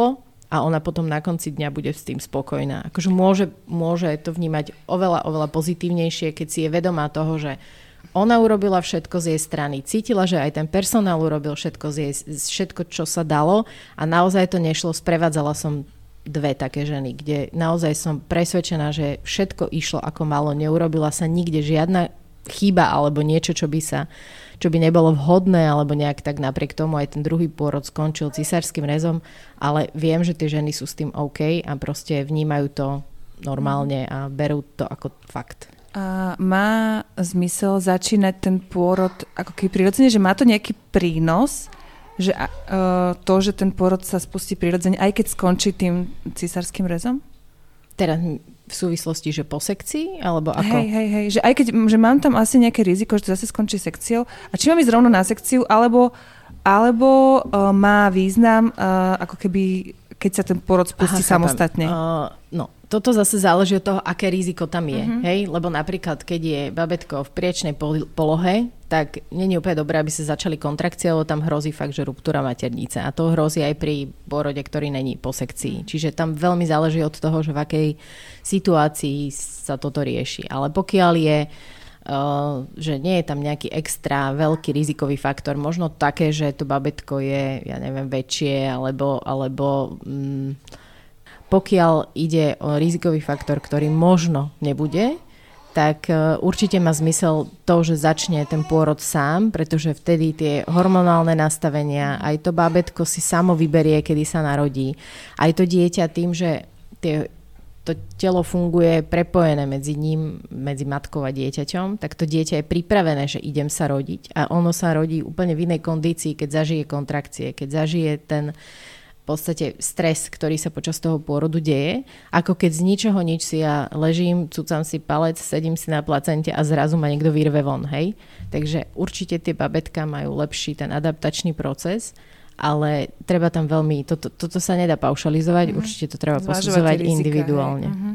a ona potom na konci dňa bude s tým spokojná. Akože môže, môže to vnímať oveľa, oveľa pozitívnejšie, keď si je vedomá toho, že ona urobila všetko z jej strany. Cítila, že aj ten personál urobil všetko, z jej, všetko, čo sa dalo a naozaj to nešlo. Sprevádzala som dve také ženy, kde naozaj som presvedčená, že všetko išlo ako malo. Neurobila sa nikde žiadna chyba alebo niečo, čo by sa čo by nebolo vhodné, alebo nejak tak napriek tomu aj ten druhý pôrod skončil cisárskym rezom, ale viem, že tie ženy sú s tým OK a proste vnímajú to normálne a berú to ako fakt. A má zmysel začínať ten pôrod ako keby prirodzene, že má to nejaký prínos, že uh, to, že ten pôrod sa spustí prirodzene, aj keď skončí tým cisárskym rezom? Teraz v súvislosti, že po sekcii? Alebo ako? Hej, hej, hej. Že aj keď že mám tam asi nejaké riziko, že to zase skončí sekciou. A či mám ísť rovno na sekciu, alebo, alebo uh, má význam, uh, ako keby, keď sa ten pôrod spustí Aha, samostatne? Uh, no, toto zase záleží od toho, aké riziko tam je. Uh-huh. Hej? Lebo napríklad, keď je babetko v priečnej polohe, tak nie je úplne dobré, aby sa začali kontrakcie, lebo tam hrozí fakt, že ruptúra maternice. A to hrozí aj pri pôrode, ktorý není po sekcii. Čiže tam veľmi záleží od toho, že v akej situácii sa toto rieši. Ale pokiaľ je, uh, že nie je tam nejaký extra veľký rizikový faktor, možno také, že to babetko je, ja neviem, väčšie, alebo, alebo um, pokiaľ ide o rizikový faktor, ktorý možno nebude, tak určite má zmysel to, že začne ten pôrod sám, pretože vtedy tie hormonálne nastavenia, aj to bábätko si samo vyberie, kedy sa narodí. Aj to dieťa tým, že tie, to telo funguje prepojené medzi ním, medzi matkou a dieťaťom, tak to dieťa je pripravené, že idem sa rodiť a ono sa rodí úplne v inej kondícii, keď zažije kontrakcie, keď zažije ten v podstate stres, ktorý sa počas toho pôrodu deje, ako keď z ničoho nič si ja ležím, cucam si palec, sedím si na placente a zrazu ma niekto vyrve von, hej. Takže určite tie babetka majú lepší ten adaptačný proces, ale treba tam veľmi, toto, toto sa nedá paušalizovať, mm-hmm. určite to treba Zvažovať posudzovať rizika, individuálne. Mm-hmm.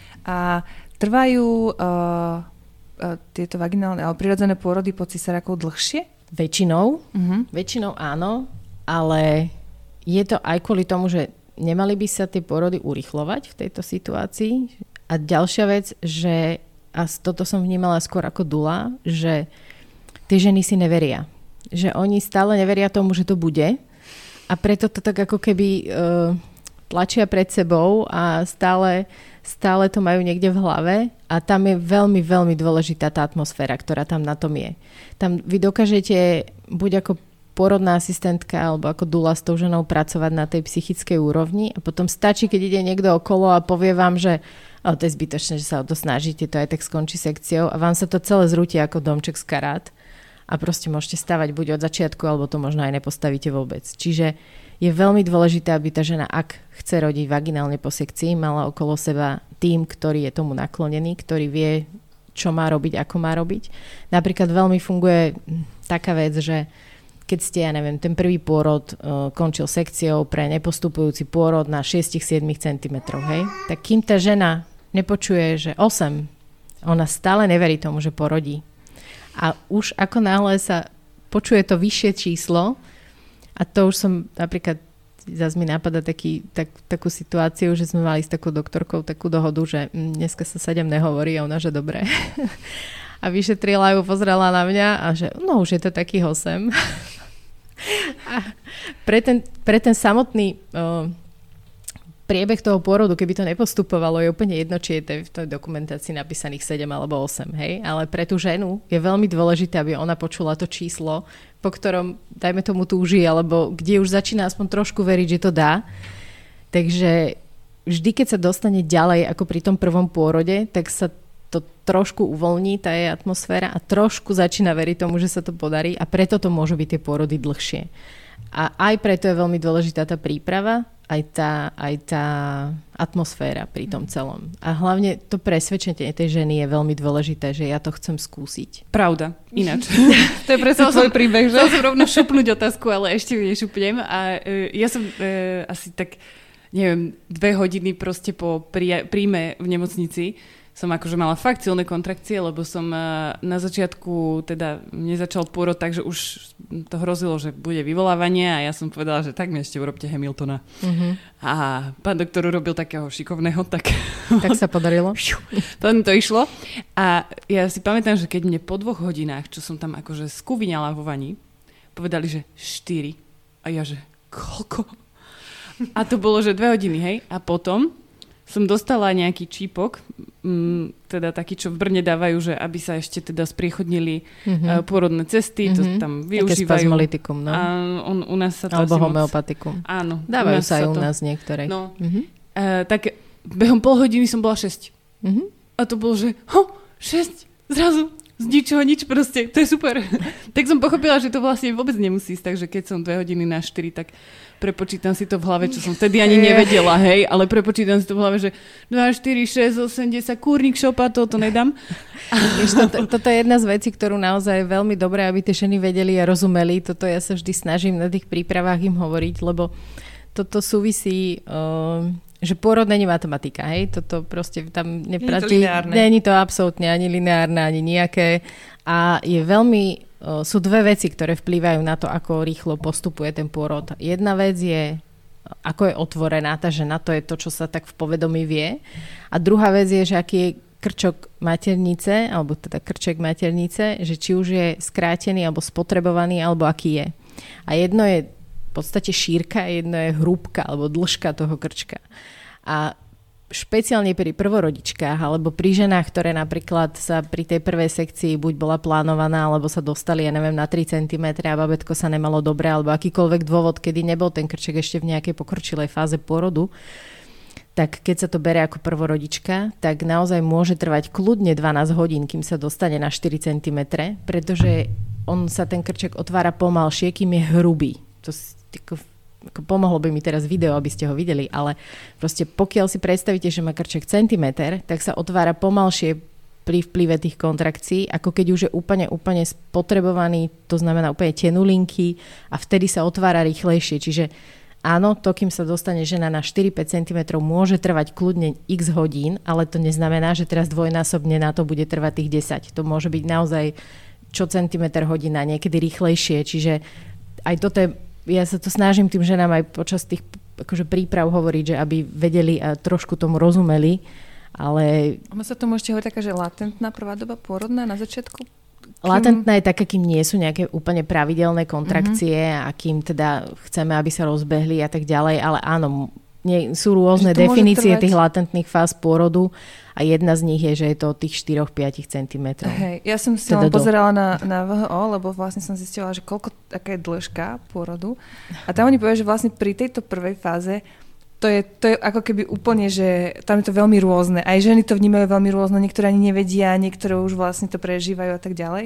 A trvajú uh, uh, tieto vaginálne alebo prirodzené pôrody po cisárakou dlhšie? Väčšinou, mm-hmm. väčšinou áno, ale je to aj kvôli tomu, že nemali by sa tie pôrody urýchlovať v tejto situácii. A ďalšia vec, že, a toto som vnímala skôr ako dula, že tie ženy si neveria. Že oni stále neveria tomu, že to bude. A preto to tak ako keby uh, tlačia pred sebou a stále, stále to majú niekde v hlave. A tam je veľmi, veľmi dôležitá tá atmosféra, ktorá tam na tom je. Tam vy dokážete buď ako pôrodná asistentka alebo ako dula s tou ženou pracovať na tej psychickej úrovni a potom stačí, keď ide niekto okolo a povie vám, že oh, to je zbytočné, že sa o to snažíte, to aj tak skončí sekciou a vám sa to celé zrúti ako domček z karát a proste môžete stavať buď od začiatku, alebo to možno aj nepostavíte vôbec. Čiže je veľmi dôležité, aby tá žena, ak chce rodiť vaginálne po sekcii, mala okolo seba tým, ktorý je tomu naklonený, ktorý vie, čo má robiť, ako má robiť. Napríklad veľmi funguje taká vec, že keď ste, ja neviem, ten prvý pôrod uh, končil sekciou pre nepostupujúci pôrod na šesť až sedem centimetrov, hej, tak kým tá žena nepočuje, že osem, ona stále neverí tomu, že porodí. A už ako náhle sa počuje to vyššie číslo, a to už som napríklad, zase mi napadá taký, tak, takú situáciu, že sme mali s takou doktorkou takú dohodu, že hm, dneska sa sedem nehovorí a ona, že dobre. A vyšetrila ju, pozrela na mňa a že no už je to takých osem. A pre ten, pre ten samotný uh, priebeh toho pôrodu, keby to nepostupovalo, je úplne jedno, či je v tej dokumentácii napísaných sedem alebo osem, hej? Ale pre tú ženu je veľmi dôležité, aby ona počula to číslo, po ktorom, dajme tomu, túži, alebo kde už začína aspoň trošku veriť, že to dá. Takže vždy, keď sa dostane ďalej ako pri tom prvom pôrode, tak sa to trošku uvoľní, tá je atmosféra a trošku začína veriť tomu, že sa to podarí a preto to môžu byť tie pôrody dlhšie. A aj preto je veľmi dôležitá tá príprava, aj tá, aj tá atmosféra pri tom celom. A hlavne to presvedčenie tej ženy je veľmi dôležité, že ja to chcem skúsiť. Pravda, ináč. To je presne tvoj príbeh, že? Chcel som rovno šupnúť otázku, ale ešte ju nešupnem. A uh, ja som uh, asi tak, neviem, dve hodiny proste po príjme v nemocnici som akože mala fakt silné kontrakcie, lebo som na začiatku, teda mne začal pôrod tak, že už to hrozilo, že bude vyvolávanie a ja som povedala, že tak mi ešte urobte Hamiltona. Uh-huh. A pán doktor urobil takého šikovného, tak... Tak sa podarilo. Potom to išlo. A ja si pamätám, že keď mne po dvoch hodinách, čo som tam akože skuviňala vo vani, povedali, že štyri. A ja, že koľko? A to bolo, že dve hodiny, hej? A potom som dostala nejaký čípok, m, teda taký, čo v Brne dávajú, že aby sa ešte teda spriechodnili mm-hmm. uh, pôrodné cesty, mm-hmm. to tam využívajú. Také spazmolitikum, no. A on, u nás sa to Alebo homeopatikum. Moc... Áno. Dávajú sa aj u nás to... niektoré. No. Mm-hmm. Uh, tak behom pol hodiny som bola šesť. Mm-hmm. A to bolo, že ho, šesť, zrazu, z ničoho nič proste, to je super. Tak som pochopila, že to vlastne vôbec nemusí ísť, takže keď som dve hodiny na štyri, tak prepočítam si to v hlave, čo som vtedy ani nevedela, hej, ale prepočítam si to v hlave, že dva, štyri, šesť, osem, desať, kúrnik, šopa, toto nedám. toto, toto je jedna z vecí, ktorú naozaj je veľmi dobré, aby tie ženy vedeli a rozumeli. Toto ja sa vždy snažím na tých prípravách im hovoriť, lebo toto súvisí, uh, že pôrod není matematika, hej, toto proste tam neplatí. Není to absolútne ani lineárne, ani nejaké. A je veľmi sú dve veci, ktoré vplývajú na to, ako rýchlo postupuje ten pôrod. Jedna vec je, ako je otvorená tá žena, to je to, čo sa tak v povedomí vie. A druhá vec je, že aký je krčok maternice, alebo teda krček maternice, že či už je skrátený, alebo spotrebovaný, alebo aký je. A jedno je v podstate šírka, jedno je hrúbka, alebo dĺžka toho krčka. A špeciálne pri prvorodičkách alebo pri ženách, ktoré napríklad sa pri tej prvej sekcii buď bola plánovaná, alebo sa dostali, ja neviem, na tri centimetre a babetko sa nemalo dobre, alebo akýkoľvek dôvod, kedy nebol ten krček ešte v nejakej pokročilej fáze pôrodu, tak keď sa to bere ako prvorodička, tak naozaj môže trvať kľudne dvanásť hodín, kým sa dostane na štyri centimetre, pretože on sa ten krček otvára pomalšie, kým je hrubý. To Ako pomohlo by mi teraz video, aby ste ho videli, ale proste pokiaľ si predstavíte, že má krček centimeter, tak sa otvára pomalšie pri vplyve tých kontrakcií, ako keď už je úplne, úplne spotrebovaný, to znamená úplne tenulinky a vtedy sa otvára rýchlejšie. Čiže áno, to, kým sa dostane žena na štyri až päť centimetrov, môže trvať kľudne x hodín, ale to neznamená, že teraz dvojnásobne na to bude trvať tých desať. To môže byť naozaj čo centimeter hodina, niekedy rýchlejšie. Čiže aj toto je, ja sa to snažím tým ženám aj počas tých akože príprav hovoriť, že aby vedeli a trošku tomu rozumeli, ale... Ono sa tomu ešte hovorí taká, že latentná prvá doba pôrodná na začiatku? Kým... Latentná je taká, kým nie sú nejaké úplne pravidelné kontrakcie mm-hmm. a kým teda chceme, aby sa rozbehli a tak ďalej, ale áno, nie, sú rôzne definície trvať... tých latentných fáz pôrodu a jedna z nich je, že je to od tých štyri až päť centimetrov. Hej, ja som si teda len pozerala na, na vé há ó, lebo vlastne som zistila, že koľko, aká je dĺžka pôrodu. A tam oni povedali, že vlastne pri tejto prvej fáze to je, to je ako keby úplne, že tam je to veľmi rôzne. Aj ženy to vnímajú veľmi rôzne, niektoré ani nevedia, niektoré už vlastne to prežívajú a tak ďalej.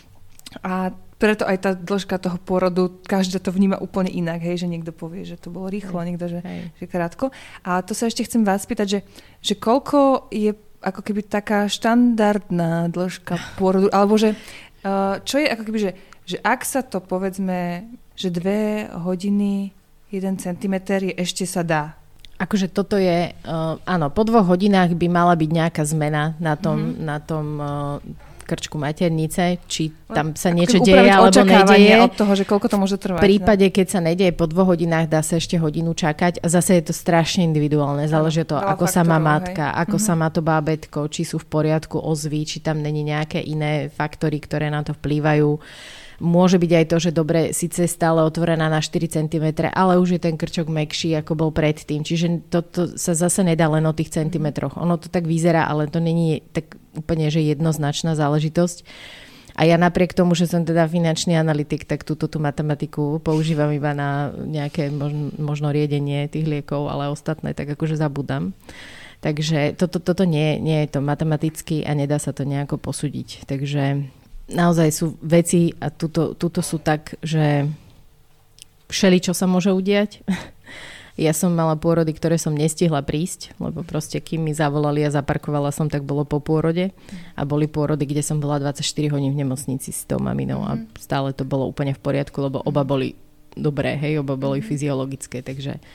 A preto aj tá dĺžka toho pôrodu, každá to vníma úplne inak, hej, že niekto povie, že to bolo rýchlo, niekto, že, že krátko. A to sa ešte chcem vás spýtať, že, že koľko je ako keby taká štandardná dĺžka pôrodu, alebo že uh, čo je ako keby, že, že ak sa to povedzme, že dve hodiny, jeden centimeter je ešte sa dá. Akože toto je, uh, áno, po dvoch hodinách by mala byť nejaká zmena na tom, mm-hmm. na tom uh, krčku maternice, či tam sa niečo deje alebo nedeje. Od toho, že koľko to môže trvať. V prípade, ne? Keď sa nedeje po dvoch hodinách, dá sa ešte hodinu čakať a zase je to strašne individuálne. Záleží to, ako sa má matka, hej. ako mm-hmm. sa má to bábätko, či sú v poriadku ozvy, či tam není nejaké iné faktory, ktoré na to vplývajú. Môže byť aj to, že dobre, síce stále otvorená na štyri centimetre, ale už je ten krčok mäkší, ako bol predtým. Čiže toto sa zase nedá len o tých centimetroch. Ono to tak vyzerá, ale to není tak úplne, že jednoznačná záležitosť. A ja napriek tomu, že som teda finančný analytik, tak túto tú matematiku používam iba na nejaké možno, možno riedenie tých liekov, ale ostatné tak akože zabudám. Takže toto, toto nie, nie je to matematicky a nedá sa to nejako posúdiť. Takže naozaj sú veci a tuto, tuto sú tak, že všeličo sa môže udiať. Ja som mala pôrody, ktoré som nestihla prísť, lebo proste kým mi zavolali a zaparkovala som, tak bolo po pôrode. A boli pôrody, kde som bola dvadsaťštyri hodín v nemocnici s tou maminou a stále to bolo úplne v poriadku, lebo oba boli dobré, hej, oba boli fyziologické, takže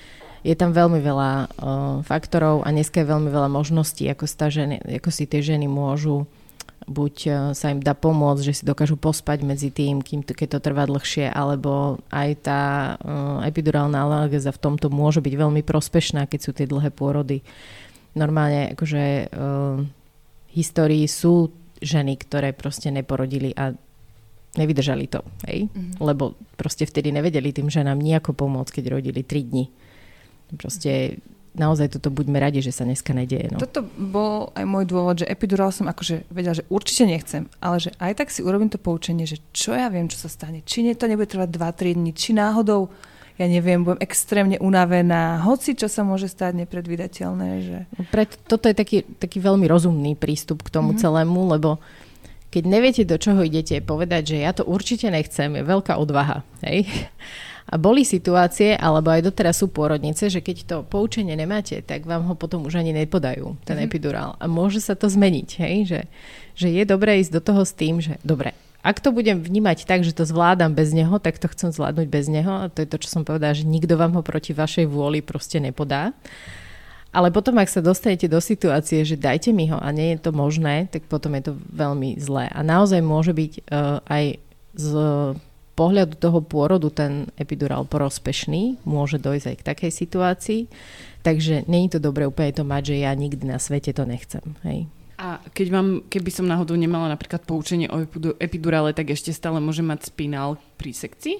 je tam veľmi veľa uh, faktorov a dneska je veľmi veľa možností, ako, ženy, ako si tie ženy môžu buď uh, sa im dá pomôcť, že si dokážu pospať medzi tým, kým to, keď to trvá dlhšie, alebo aj tá uh, epidurálna analgéza v tomto môže byť veľmi prospešná, keď sú tie dlhé pôrody. Normálne akože uh, v histórii sú ženy, ktoré proste neporodili a nevydržali to, hej? Mm-hmm. Lebo proste vtedy nevedeli tým ženám nejako pomôcť, keď rodili tri dni. Proste naozaj toto buďme radi, že sa dneska nedieje. No. Toto bol aj môj dôvod, že epidurál som akože vedela, že určite nechcem, ale že aj tak si urobím to poučenie, že čo ja viem, čo sa stane. Či to nebude trvať dva tri dni, či náhodou, ja neviem, budem extrémne unavená, hoci čo sa môže stať nepredvídateľné. Že... Preto toto je taký, taký veľmi rozumný prístup k tomu mm-hmm. celému, lebo keď neviete, do čoho idete, povedať, že ja to určite nechcem, je veľká odvaha. Hej? A boli situácie, alebo aj doteraz sú pôrodnice, že keď to poučenie nemáte, tak vám ho potom už ani nepodajú, ten mm-hmm. epidurál. A môže sa to zmeniť, hej? Že, že je dobré ísť do toho s tým, že dobre, ak to budem vnímať tak, že to zvládam bez neho, tak to chcem zvládnuť bez neho. A to je to, čo som povedala, že nikto vám ho proti vašej vôli proste nepodá. Ale potom, ak sa dostanete do situácie, že dajte mi ho a nie je to možné, tak potom je to veľmi zlé. A naozaj môže byť uh, aj z pohľadu toho pôrodu ten epidurál prospešný, môže dojsť aj k takej situácii, takže nie je to dobré úplne to mať, že ja nikdy na svete to nechcem. Hej. A keď mám, keby som náhodou nemala napríklad poučenie o epidurále, tak ešte stále môžem mať spinál pri sekcii?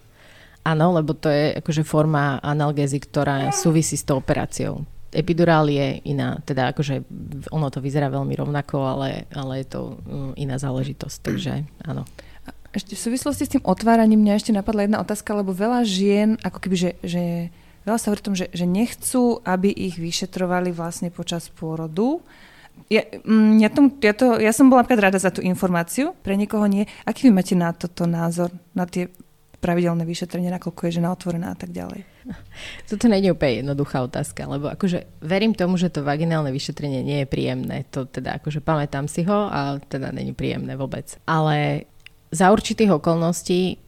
Áno, lebo to je akože forma analgézy, ktorá súvisí s tou operáciou. Epidurál je iná, teda akože ono to vyzerá veľmi rovnako, ale, ale je to um, iná záležitosť, takže áno. Ešte v súvislosti s tým otváraním mňa ešte napadla jedna otázka, lebo veľa žien, ako keby, že, že veľa sa hovorí o tom, že, že nechcú, aby ich vyšetrovali vlastne počas pôrodu. Ja, ja, tom, ja, to, ja som bola napríklad rada za tú informáciu, pre niekoho nie. Aký vy máte na toto názor, na tie pravidelné vyšetrenie, nakoľko je žena otvorená a tak ďalej? Toto nie je úplne jednoduchá otázka, lebo akože verím tomu, že to vaginálne vyšetrenie nie je príjemné. To teda akože pamätám si ho a teda nie je príjemné vôbec. Ale za určitých okolností,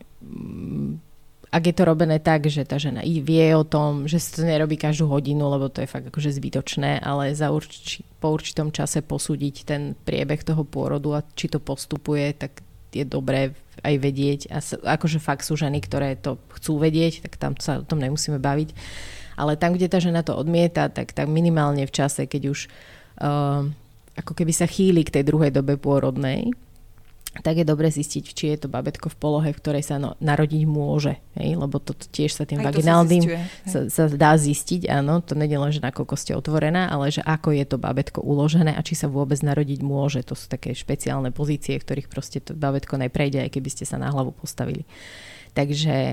ak je to robené tak, že tá žena vie o tom, že sa to nerobí každú hodinu, lebo to je fakt akože zbytočné, ale za urči, po určitom čase posúdiť ten priebeh toho pôrodu a či to postupuje, tak je dobré aj vedieť. A akože fakt sú ženy, ktoré to chcú vedieť, tak tam sa o tom nemusíme baviť. Ale tam, kde tá žena to odmieta, tak, tak minimálne v čase, keď už uh, ako keby sa chýli k tej druhej dobe pôrodnej, tak je dobre zistiť, či je to babätko v polohe, v ktorej sa no, narodiť môže. Hej? Lebo to tiež sa tým aj vaginálnym sa, sa, sa dá zistiť. Áno, to nie je len, že nakoľko ste otvorená, ale že ako je to babätko uložené a či sa vôbec narodiť môže. To sú také špeciálne pozície, v ktorých proste to babätko neprejde, aj keby ste sa na hlavu postavili. Takže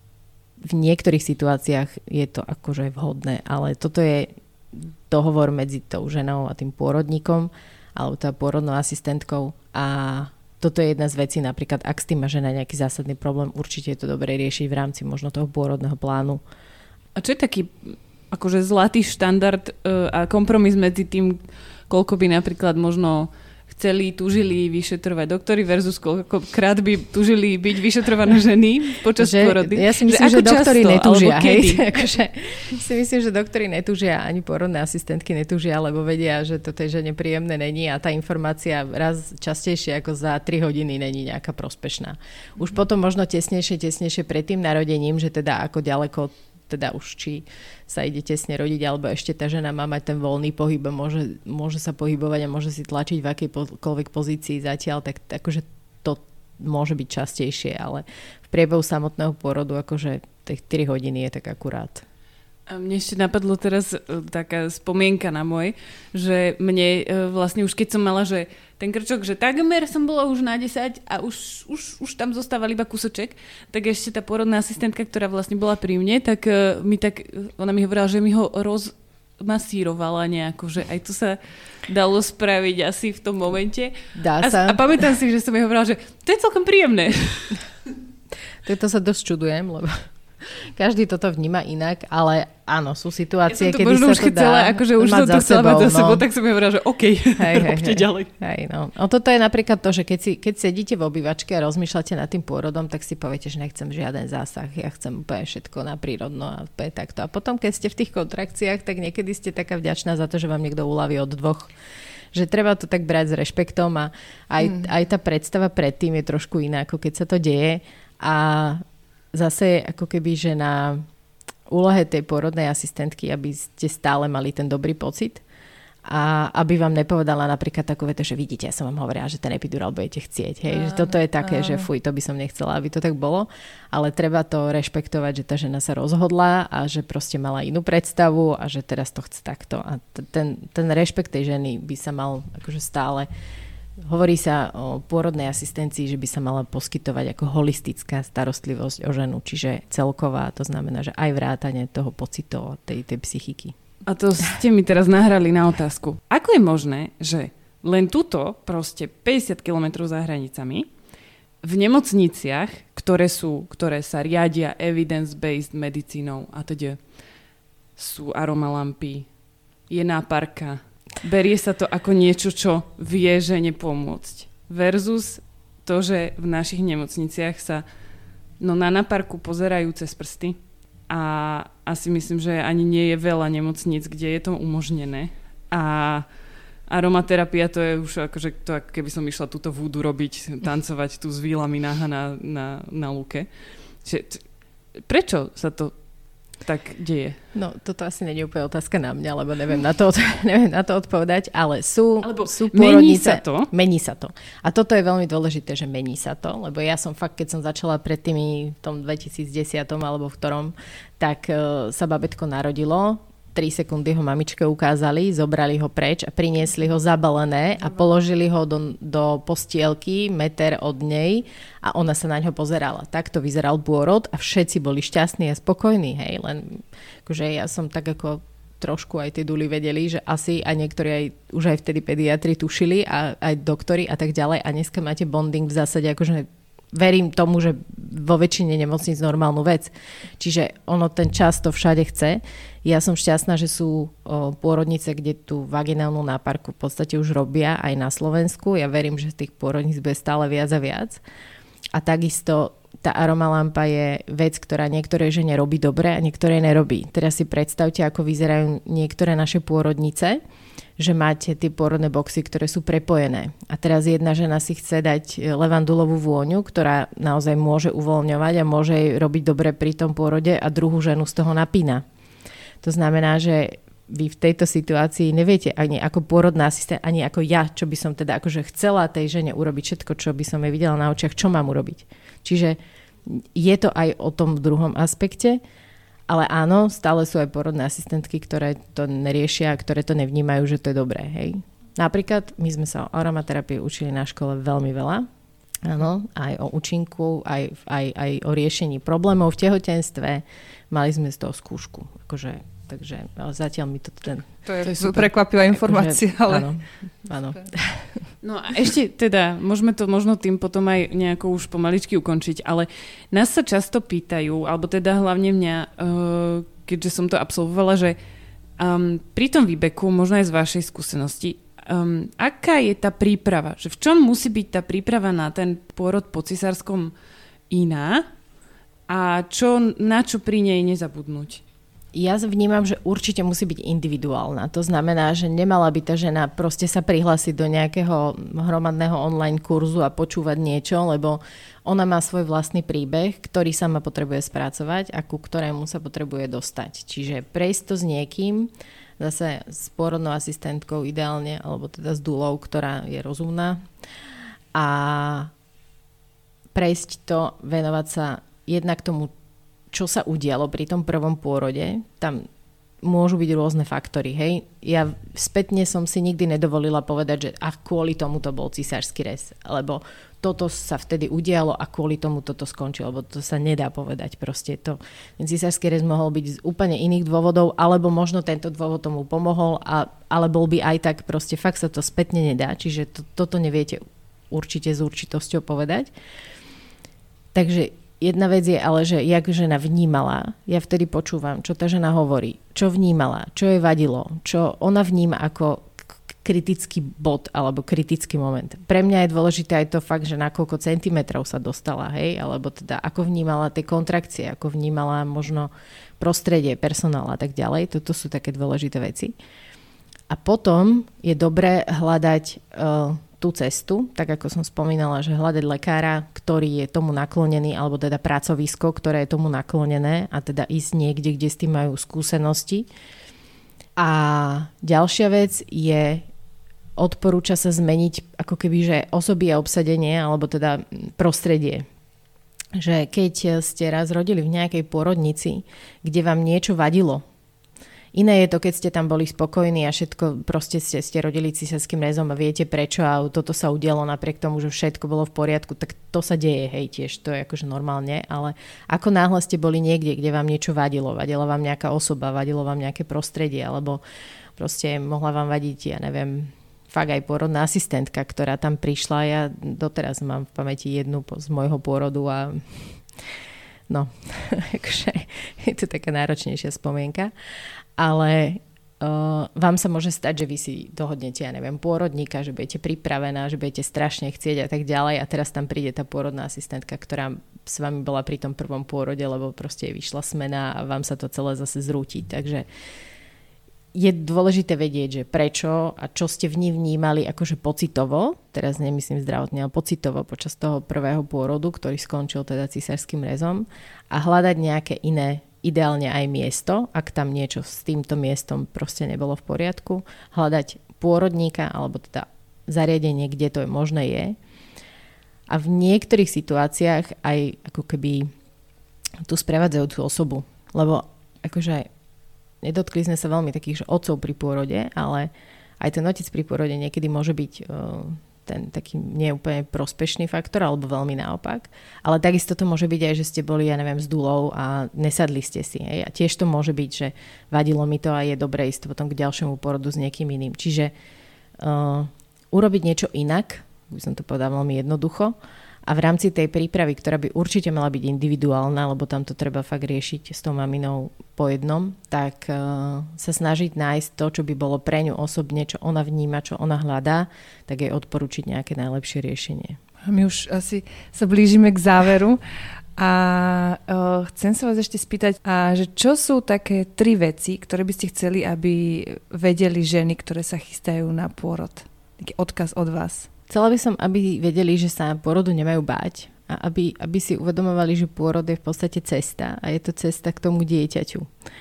v niektorých situáciách je to akože vhodné, ale toto je dohovor medzi tou ženou a tým pôrodníkom alebo tá pôrodnou asistentkou a toto je jedna z vecí, napríklad ak s tým má žena nejaký zásadný problém, určite je to dobré riešiť v rámci možno toho pôrodného plánu. A čo je taký akože zlatý štandard uh, a kompromis medzi tým, koľko by napríklad možno chceli, tužili vyšetrovať doktori versus koľkokrát by tužili byť vyšetrované ženy počas že, pôrody? Ja si myslím, že, že doktori často, netúžia. Hej, akože, si myslím, že doktori netúžia, ani pôrodné asistentky netúžia, lebo vedia, že to tej žene príjemné není a tá informácia raz častejšie ako za tri hodiny není nejaká prospešná. Už mm. potom možno tesnejšie, tesnejšie pred tým narodením, že teda ako ďaleko teda už či sa ide tesne rodiť, alebo ešte tá žena má mať ten voľný pohyb a môže, môže sa pohybovať a môže si tlačiť v akejkoľvek pozícii zatiaľ, tak akože to môže byť častejšie, ale v priebehu samotného pôrodu akože tých tri hodiny je tak akurát. A mne ešte napadlo teraz taká spomienka na môj, že mne vlastne už keď som mala, že ten krčok, že takmer som bola už na desať a už, už, už tam zostával iba kúsoček, tak ešte tá pôrodná asistentka, ktorá vlastne bola pri mne, tak mi tak, ona mi hovorila, že mi ho rozmasírovala nejako, že aj to sa dalo spraviť asi v tom momente. Dá a, sa. A pamätám si, že som jej hovorila, že to je celkom príjemné. To sa dosť čudujem, lebo Každý toto vníma inak, ale áno, sú situácie, ja kedy sa už to dá akože už mať som to za chcela sebou. mať za no. sebou, tak som mi hovorila, že OK, hej, robte hej, ďalej. Hej, no. O toto je napríklad to, že keď, si, keď sedíte v obývačke a rozmýšľate nad tým pôrodom, tak si poviete, že nechcem žiaden zásah, ja chcem úplne všetko na prírodno a úplne takto. A potom, keď ste v tých kontrakciách, tak niekedy ste taká vďačná za to, že vám niekto uľaví od dvoch. Že treba to tak brať s rešpektom a aj, mm. aj tá predstava predtým je trošku iná, ako keď sa to deje. A zase ako keby, že na úlohe tej pôrodnej asistentky, aby ste stále mali ten dobrý pocit a aby vám nepovedala napríklad takú vetu, že vidíte, ja som vám hovorila, že ten epidural budete chcieť. Hej? Že toto je také, že fuj, to by som nechcela, aby to tak bolo. Ale treba to rešpektovať, že tá žena sa rozhodla a že proste mala inú predstavu a že teraz to chce takto. A ten, ten rešpekt tej ženy by sa mal akože stále... Hovorí sa o pôrodnej asistencii, že by sa mala poskytovať ako holistická starostlivosť o ženu, čiže celková, to znamená, že aj vrátanie toho pocitu, tej, tej psychiky. A to ste mi teraz nahrali na otázku. Ako je možné, že len tuto, proste päťdesiat kilometrov za hranicami, v nemocniciach, ktoré sú, ktoré sa riadia evidence-based medicínou a teda sú aromalampy, je náparka, berie sa to ako niečo, čo vie žene pomôcť. Versus to, že v našich nemocniciach sa no na náparku pozerajú cez prsty a asi myslím, že ani nie je veľa nemocníc, kde je to umožnené. A aromaterapia to je už akože to, ako keby som išla túto vúdu robiť, tancovať tu s vílami náha na, na, na lúke. Čiže, prečo sa to tak deje? No, toto asi nie je úplne otázka na mňa, lebo neviem na to, neviem na to odpovedať, ale sú, Alebo sú mení pôrodnice. sa to? Mení sa to. A toto je veľmi dôležité, že mení sa to, lebo ja som fakt, keď som začala pred tými v tom dvetisícdesať alebo v ktorom, tak uh, sa babetko narodilo, tri sekundy ho mamičke ukázali, zobrali ho preč a priniesli ho zabalené a položili ho do, do postielky meter od nej a ona sa na ňo pozerala. Takto vyzeral pôrod a všetci boli šťastní a spokojní. Hej. Len akože ja som tak ako trošku aj tie duly vedeli, že asi a niektorí aj, už aj vtedy pediatri tušili a aj doktori a tak ďalej a dneska máte bonding v zásade akože verím tomu, že vo väčšine nemocníc normálnu vec. Čiže ono ten čas to všade chce. Ja som šťastná, že sú o, pôrodnice, kde tú vaginálnu náparku v podstate už robia aj na Slovensku. Ja verím, že tých pôrodníc bude stále viac a viac. A takisto tá aromalampa je vec, ktorá niektoré žene robí dobre a niektoré nerobí. Teraz si predstavte, ako vyzerajú niektoré naše pôrodnice, že máte tie pôrodné boxy, ktoré sú prepojené. A teraz jedna žena si chce dať levandulovú vôňu, ktorá naozaj môže uvoľňovať a môže jej robiť dobre pri tom pôrode a druhú ženu z toho napína. To znamená, že vy v tejto situácii neviete ani ako pôrodná asistent, ani ako ja, čo by som teda akože chcela tej žene urobiť všetko, čo by som jej videla na očiach, čo mám urobiť. Čiže je to aj o tom druhom aspekte, ale áno, stále sú aj pôrodné asistentky, ktoré to neriešia a ktoré to nevnímajú, že to je dobré. Hej. Napríklad my sme sa o aromaterapii učili na škole veľmi veľa. Áno, aj o účinku, aj, aj, aj o riešení problémov v tehotenstve. Mali sme z toho skúšku. Akože, takže zatiaľ mi to ten... To je, to je prekvapivá informácia, akože, ale... Áno, áno. No a ešte teda, môžeme to možno tým potom aj nejako už pomaličky ukončiť, ale nás sa často pýtajú, alebo teda hlavne mňa, keďže som to absolvovala, že um, pri tom výbeku, možno aj z vašej skúsenosti, um, aká je tá príprava? Že v čom musí byť tá príprava na ten pôrod po cisárskom iná a čo, na čo pri nej nezabudnúť? Ja vnímam, že určite musí byť individuálna. To znamená, že nemala by tá žena proste sa prihlásiť do nejakého hromadného online kurzu a počúvať niečo, lebo ona má svoj vlastný príbeh, ktorý sama potrebuje spracovať a ku ktorému sa potrebuje dostať. Čiže prejsť to s niekým, zase s pôrodnou asistentkou ideálne, alebo teda s dúlou, ktorá je rozumná. A prejsť to, venovať sa jednak tomu, čo sa udialo pri tom prvom pôrode. Tam môžu byť rôzne faktory. Hej. Ja spätne som si nikdy nedovolila povedať, že a kvôli tomu to bol cisársky rez. Lebo toto sa vtedy udialo a kvôli tomu toto skončilo. Lebo to sa nedá povedať. Proste to, ten cisársky rez mohol byť z úplne iných dôvodov, alebo možno tento dôvod tomu pomohol, a, ale bol by aj tak. Proste fakt sa to spätne nedá. Čiže to, toto neviete určite s určitosťou povedať. Takže jedna vec je ale, že jak žena vnímala, ja vtedy počúvam, čo tá žena hovorí, čo vnímala, čo jej vadilo, čo ona vníma ako kritický bod alebo kritický moment. Pre mňa je dôležité aj to fakt, že na koľko centimetrov sa dostala, hej, alebo teda ako vnímala tie kontrakcie, ako vnímala možno prostredie, personál a tak ďalej. Toto sú také dôležité veci. A potom je dobré hľadať uh, tú cestu, tak ako som spomínala, že hľadať lekára, ktorý je tomu naklonený, alebo teda pracovisko, ktoré je tomu naklonené a teda ísť niekde, kde s tým majú skúsenosti. A ďalšia vec je, odporúča sa zmeniť ako keby, že osoby a obsadenie, alebo teda prostredie. Že keď ste raz rodili v nejakej pôrodnici, kde vám niečo vadilo, iné je to, keď ste tam boli spokojní a všetko, proste ste, ste rodili císarským rezom a viete prečo a toto sa udialo napriek tomu, že všetko bolo v poriadku, tak to sa deje, hej, tiež to je akože normálne, ale ako náhle ste boli niekde, kde vám niečo vadilo, vadila vám nejaká osoba, vadilo vám nejaké prostredie, alebo proste mohla vám vadiť, ja neviem, fakt aj pôrodná asistentka, ktorá tam prišla, ja doteraz mám v pamäti jednu z môjho pôrodu a no, akože je to taká náročnejšia spomienka. Ale uh, vám sa môže stať, že vy si dohodnete, ja neviem, pôrodníka, že budete pripravená, že budete strašne chcieť a tak ďalej a teraz tam príde tá pôrodná asistentka, ktorá s vami bola pri tom prvom pôrode, lebo proste vyšla smena a vám sa to celé zase zrúti. Takže je dôležité vedieť, že prečo a čo ste v ní vnímali akože pocitovo, teraz nemyslím zdravotne, ale pocitovo počas toho prvého pôrodu, ktorý skončil teda císarským rezom a hľadať nejaké iné, ideálne aj miesto, ak tam niečo s týmto miestom proste nebolo v poriadku, hľadať pôrodníka alebo teda zariadenie, kde to je možné je. A v niektorých situáciách aj ako keby tú sprevádzajúcu osobu, lebo akože nedotkli sme sa veľmi takých, že otcov pri pôrode, ale aj ten otec pri pôrode niekedy môže byť uh, ten taký neúplne prospešný faktor, alebo veľmi naopak. Ale takisto to môže byť aj, že ste boli, ja neviem, s dúlou a nesadli ste si. Hej? A tiež to môže byť, že vadilo mi to a je dobré ísť potom k ďalšiemu pôrodu s niekým iným. Čiže uh, urobiť niečo inak, by som to povedala veľmi jednoducho, a v rámci tej prípravy, ktorá by určite mala byť individuálna, lebo tam to treba fakt riešiť s tou maminou po jednom, tak uh, sa snažiť nájsť to, čo by bolo pre ňu osobne, čo ona vníma, čo ona hľadá, tak jej odporučiť nejaké najlepšie riešenie. My už asi sa blížime k záveru a uh, chcem sa vás ešte spýtať, a že čo sú také tri veci, ktoré by ste chceli, aby vedeli ženy, ktoré sa chystajú na pôrod? Taký odkaz od vás. Chcela by som, aby vedeli, že sa pôrodu nemajú báť a aby, aby si uvedomovali, že pôrod je v podstate cesta a je to cesta k tomu dieťaťu.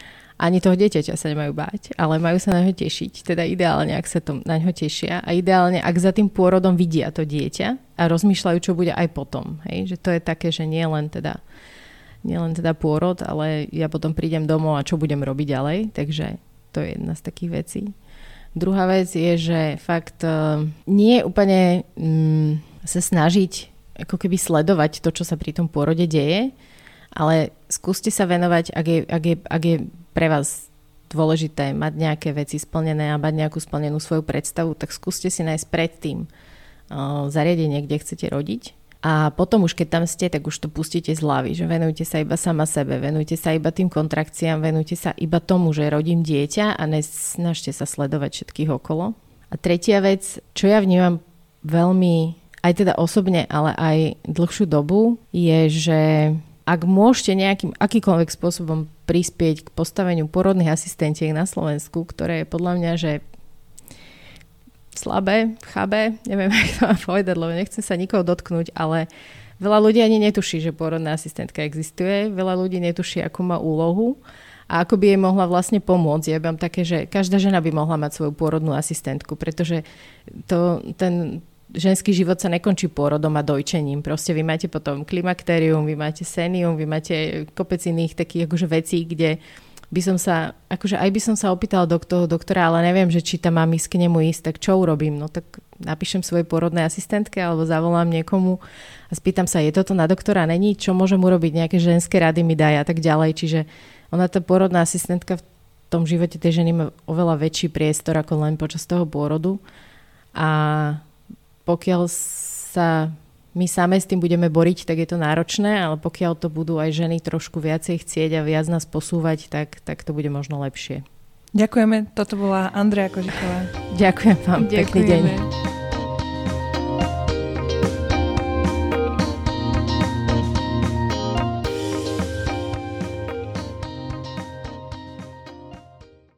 Ani toho dieťaťa sa nemajú báť, ale majú sa na ňo tešiť. Teda ideálne, ak sa to na ňo tešia a ideálne, ak za tým pôrodom vidia to dieťa a rozmýšľajú, čo bude aj potom. Hej? Že to je také, že nie len teda, nie len teda pôrod, ale ja potom prídem domov a čo budem robiť ďalej. Takže to je jedna z takých vecí. Druhá vec je, že fakt uh, nie je úplne um, sa snažiť ako keby sledovať to, čo sa pri tom pôrode deje, ale skúste sa venovať, ak je, ak je, ak je pre vás dôležité mať nejaké veci splnené a mať nejakú splnenú svoju predstavu, tak skúste si nájsť predtým uh, zariadenie, kde chcete rodiť. A potom už keď tam ste, tak už to pustíte z hlavy, že venujte sa iba sama sebe, venujte sa iba tým kontrakciám, venujte sa iba tomu, že rodím dieťa a nesnažte sa sledovať všetkých okolo. A tretia vec, čo ja vnímam veľmi, aj teda osobne, ale aj dlhšiu dobu, je, že ak môžete nejakým akýkoľvek spôsobom prispieť k postaveniu pôrodných asistentiek na Slovensku, ktoré je podľa mňa, že slabé, chabé, neviem, jak to mám povedať, lebo nechcem sa nikoho dotknúť, ale veľa ľudí ani netuší, že pôrodná asistentka existuje, veľa ľudí netuší, akú má úlohu a ako by jej mohla vlastne pomôcť. Ja mám také, že každá žena by mohla mať svoju pôrodnú asistentku, pretože to, ten ženský život sa nekončí pôrodom a dojčením. Proste vy máte potom klimakterium, vy máte senium, vy máte kopec iných takých akože vecí, kde by som sa, akože aj by som sa opýtala do toho doktora, ale neviem, že či tam mám ísť k nemu ísť, tak čo urobím? No tak napíšem svojej pôrodnej asistentke alebo zavolám niekomu a spýtam sa, je toto na doktora? Není? Čo môžem urobiť? Nejaké ženské rady mi daj a tak ďalej. Čiže ona, tá pôrodná asistentka v tom živote tej ženy má oveľa väčší priestor ako len počas toho pôrodu. A pokiaľ sa my same s tým budeme boriť, tak je to náročné, ale pokiaľ to budú aj ženy trošku viacej chcieť a viac nás posúvať, tak, tak to bude možno lepšie. Ďakujeme, toto bola Andrea Kožiková. Ďakujem vám, Ďakujeme. Pekný deň.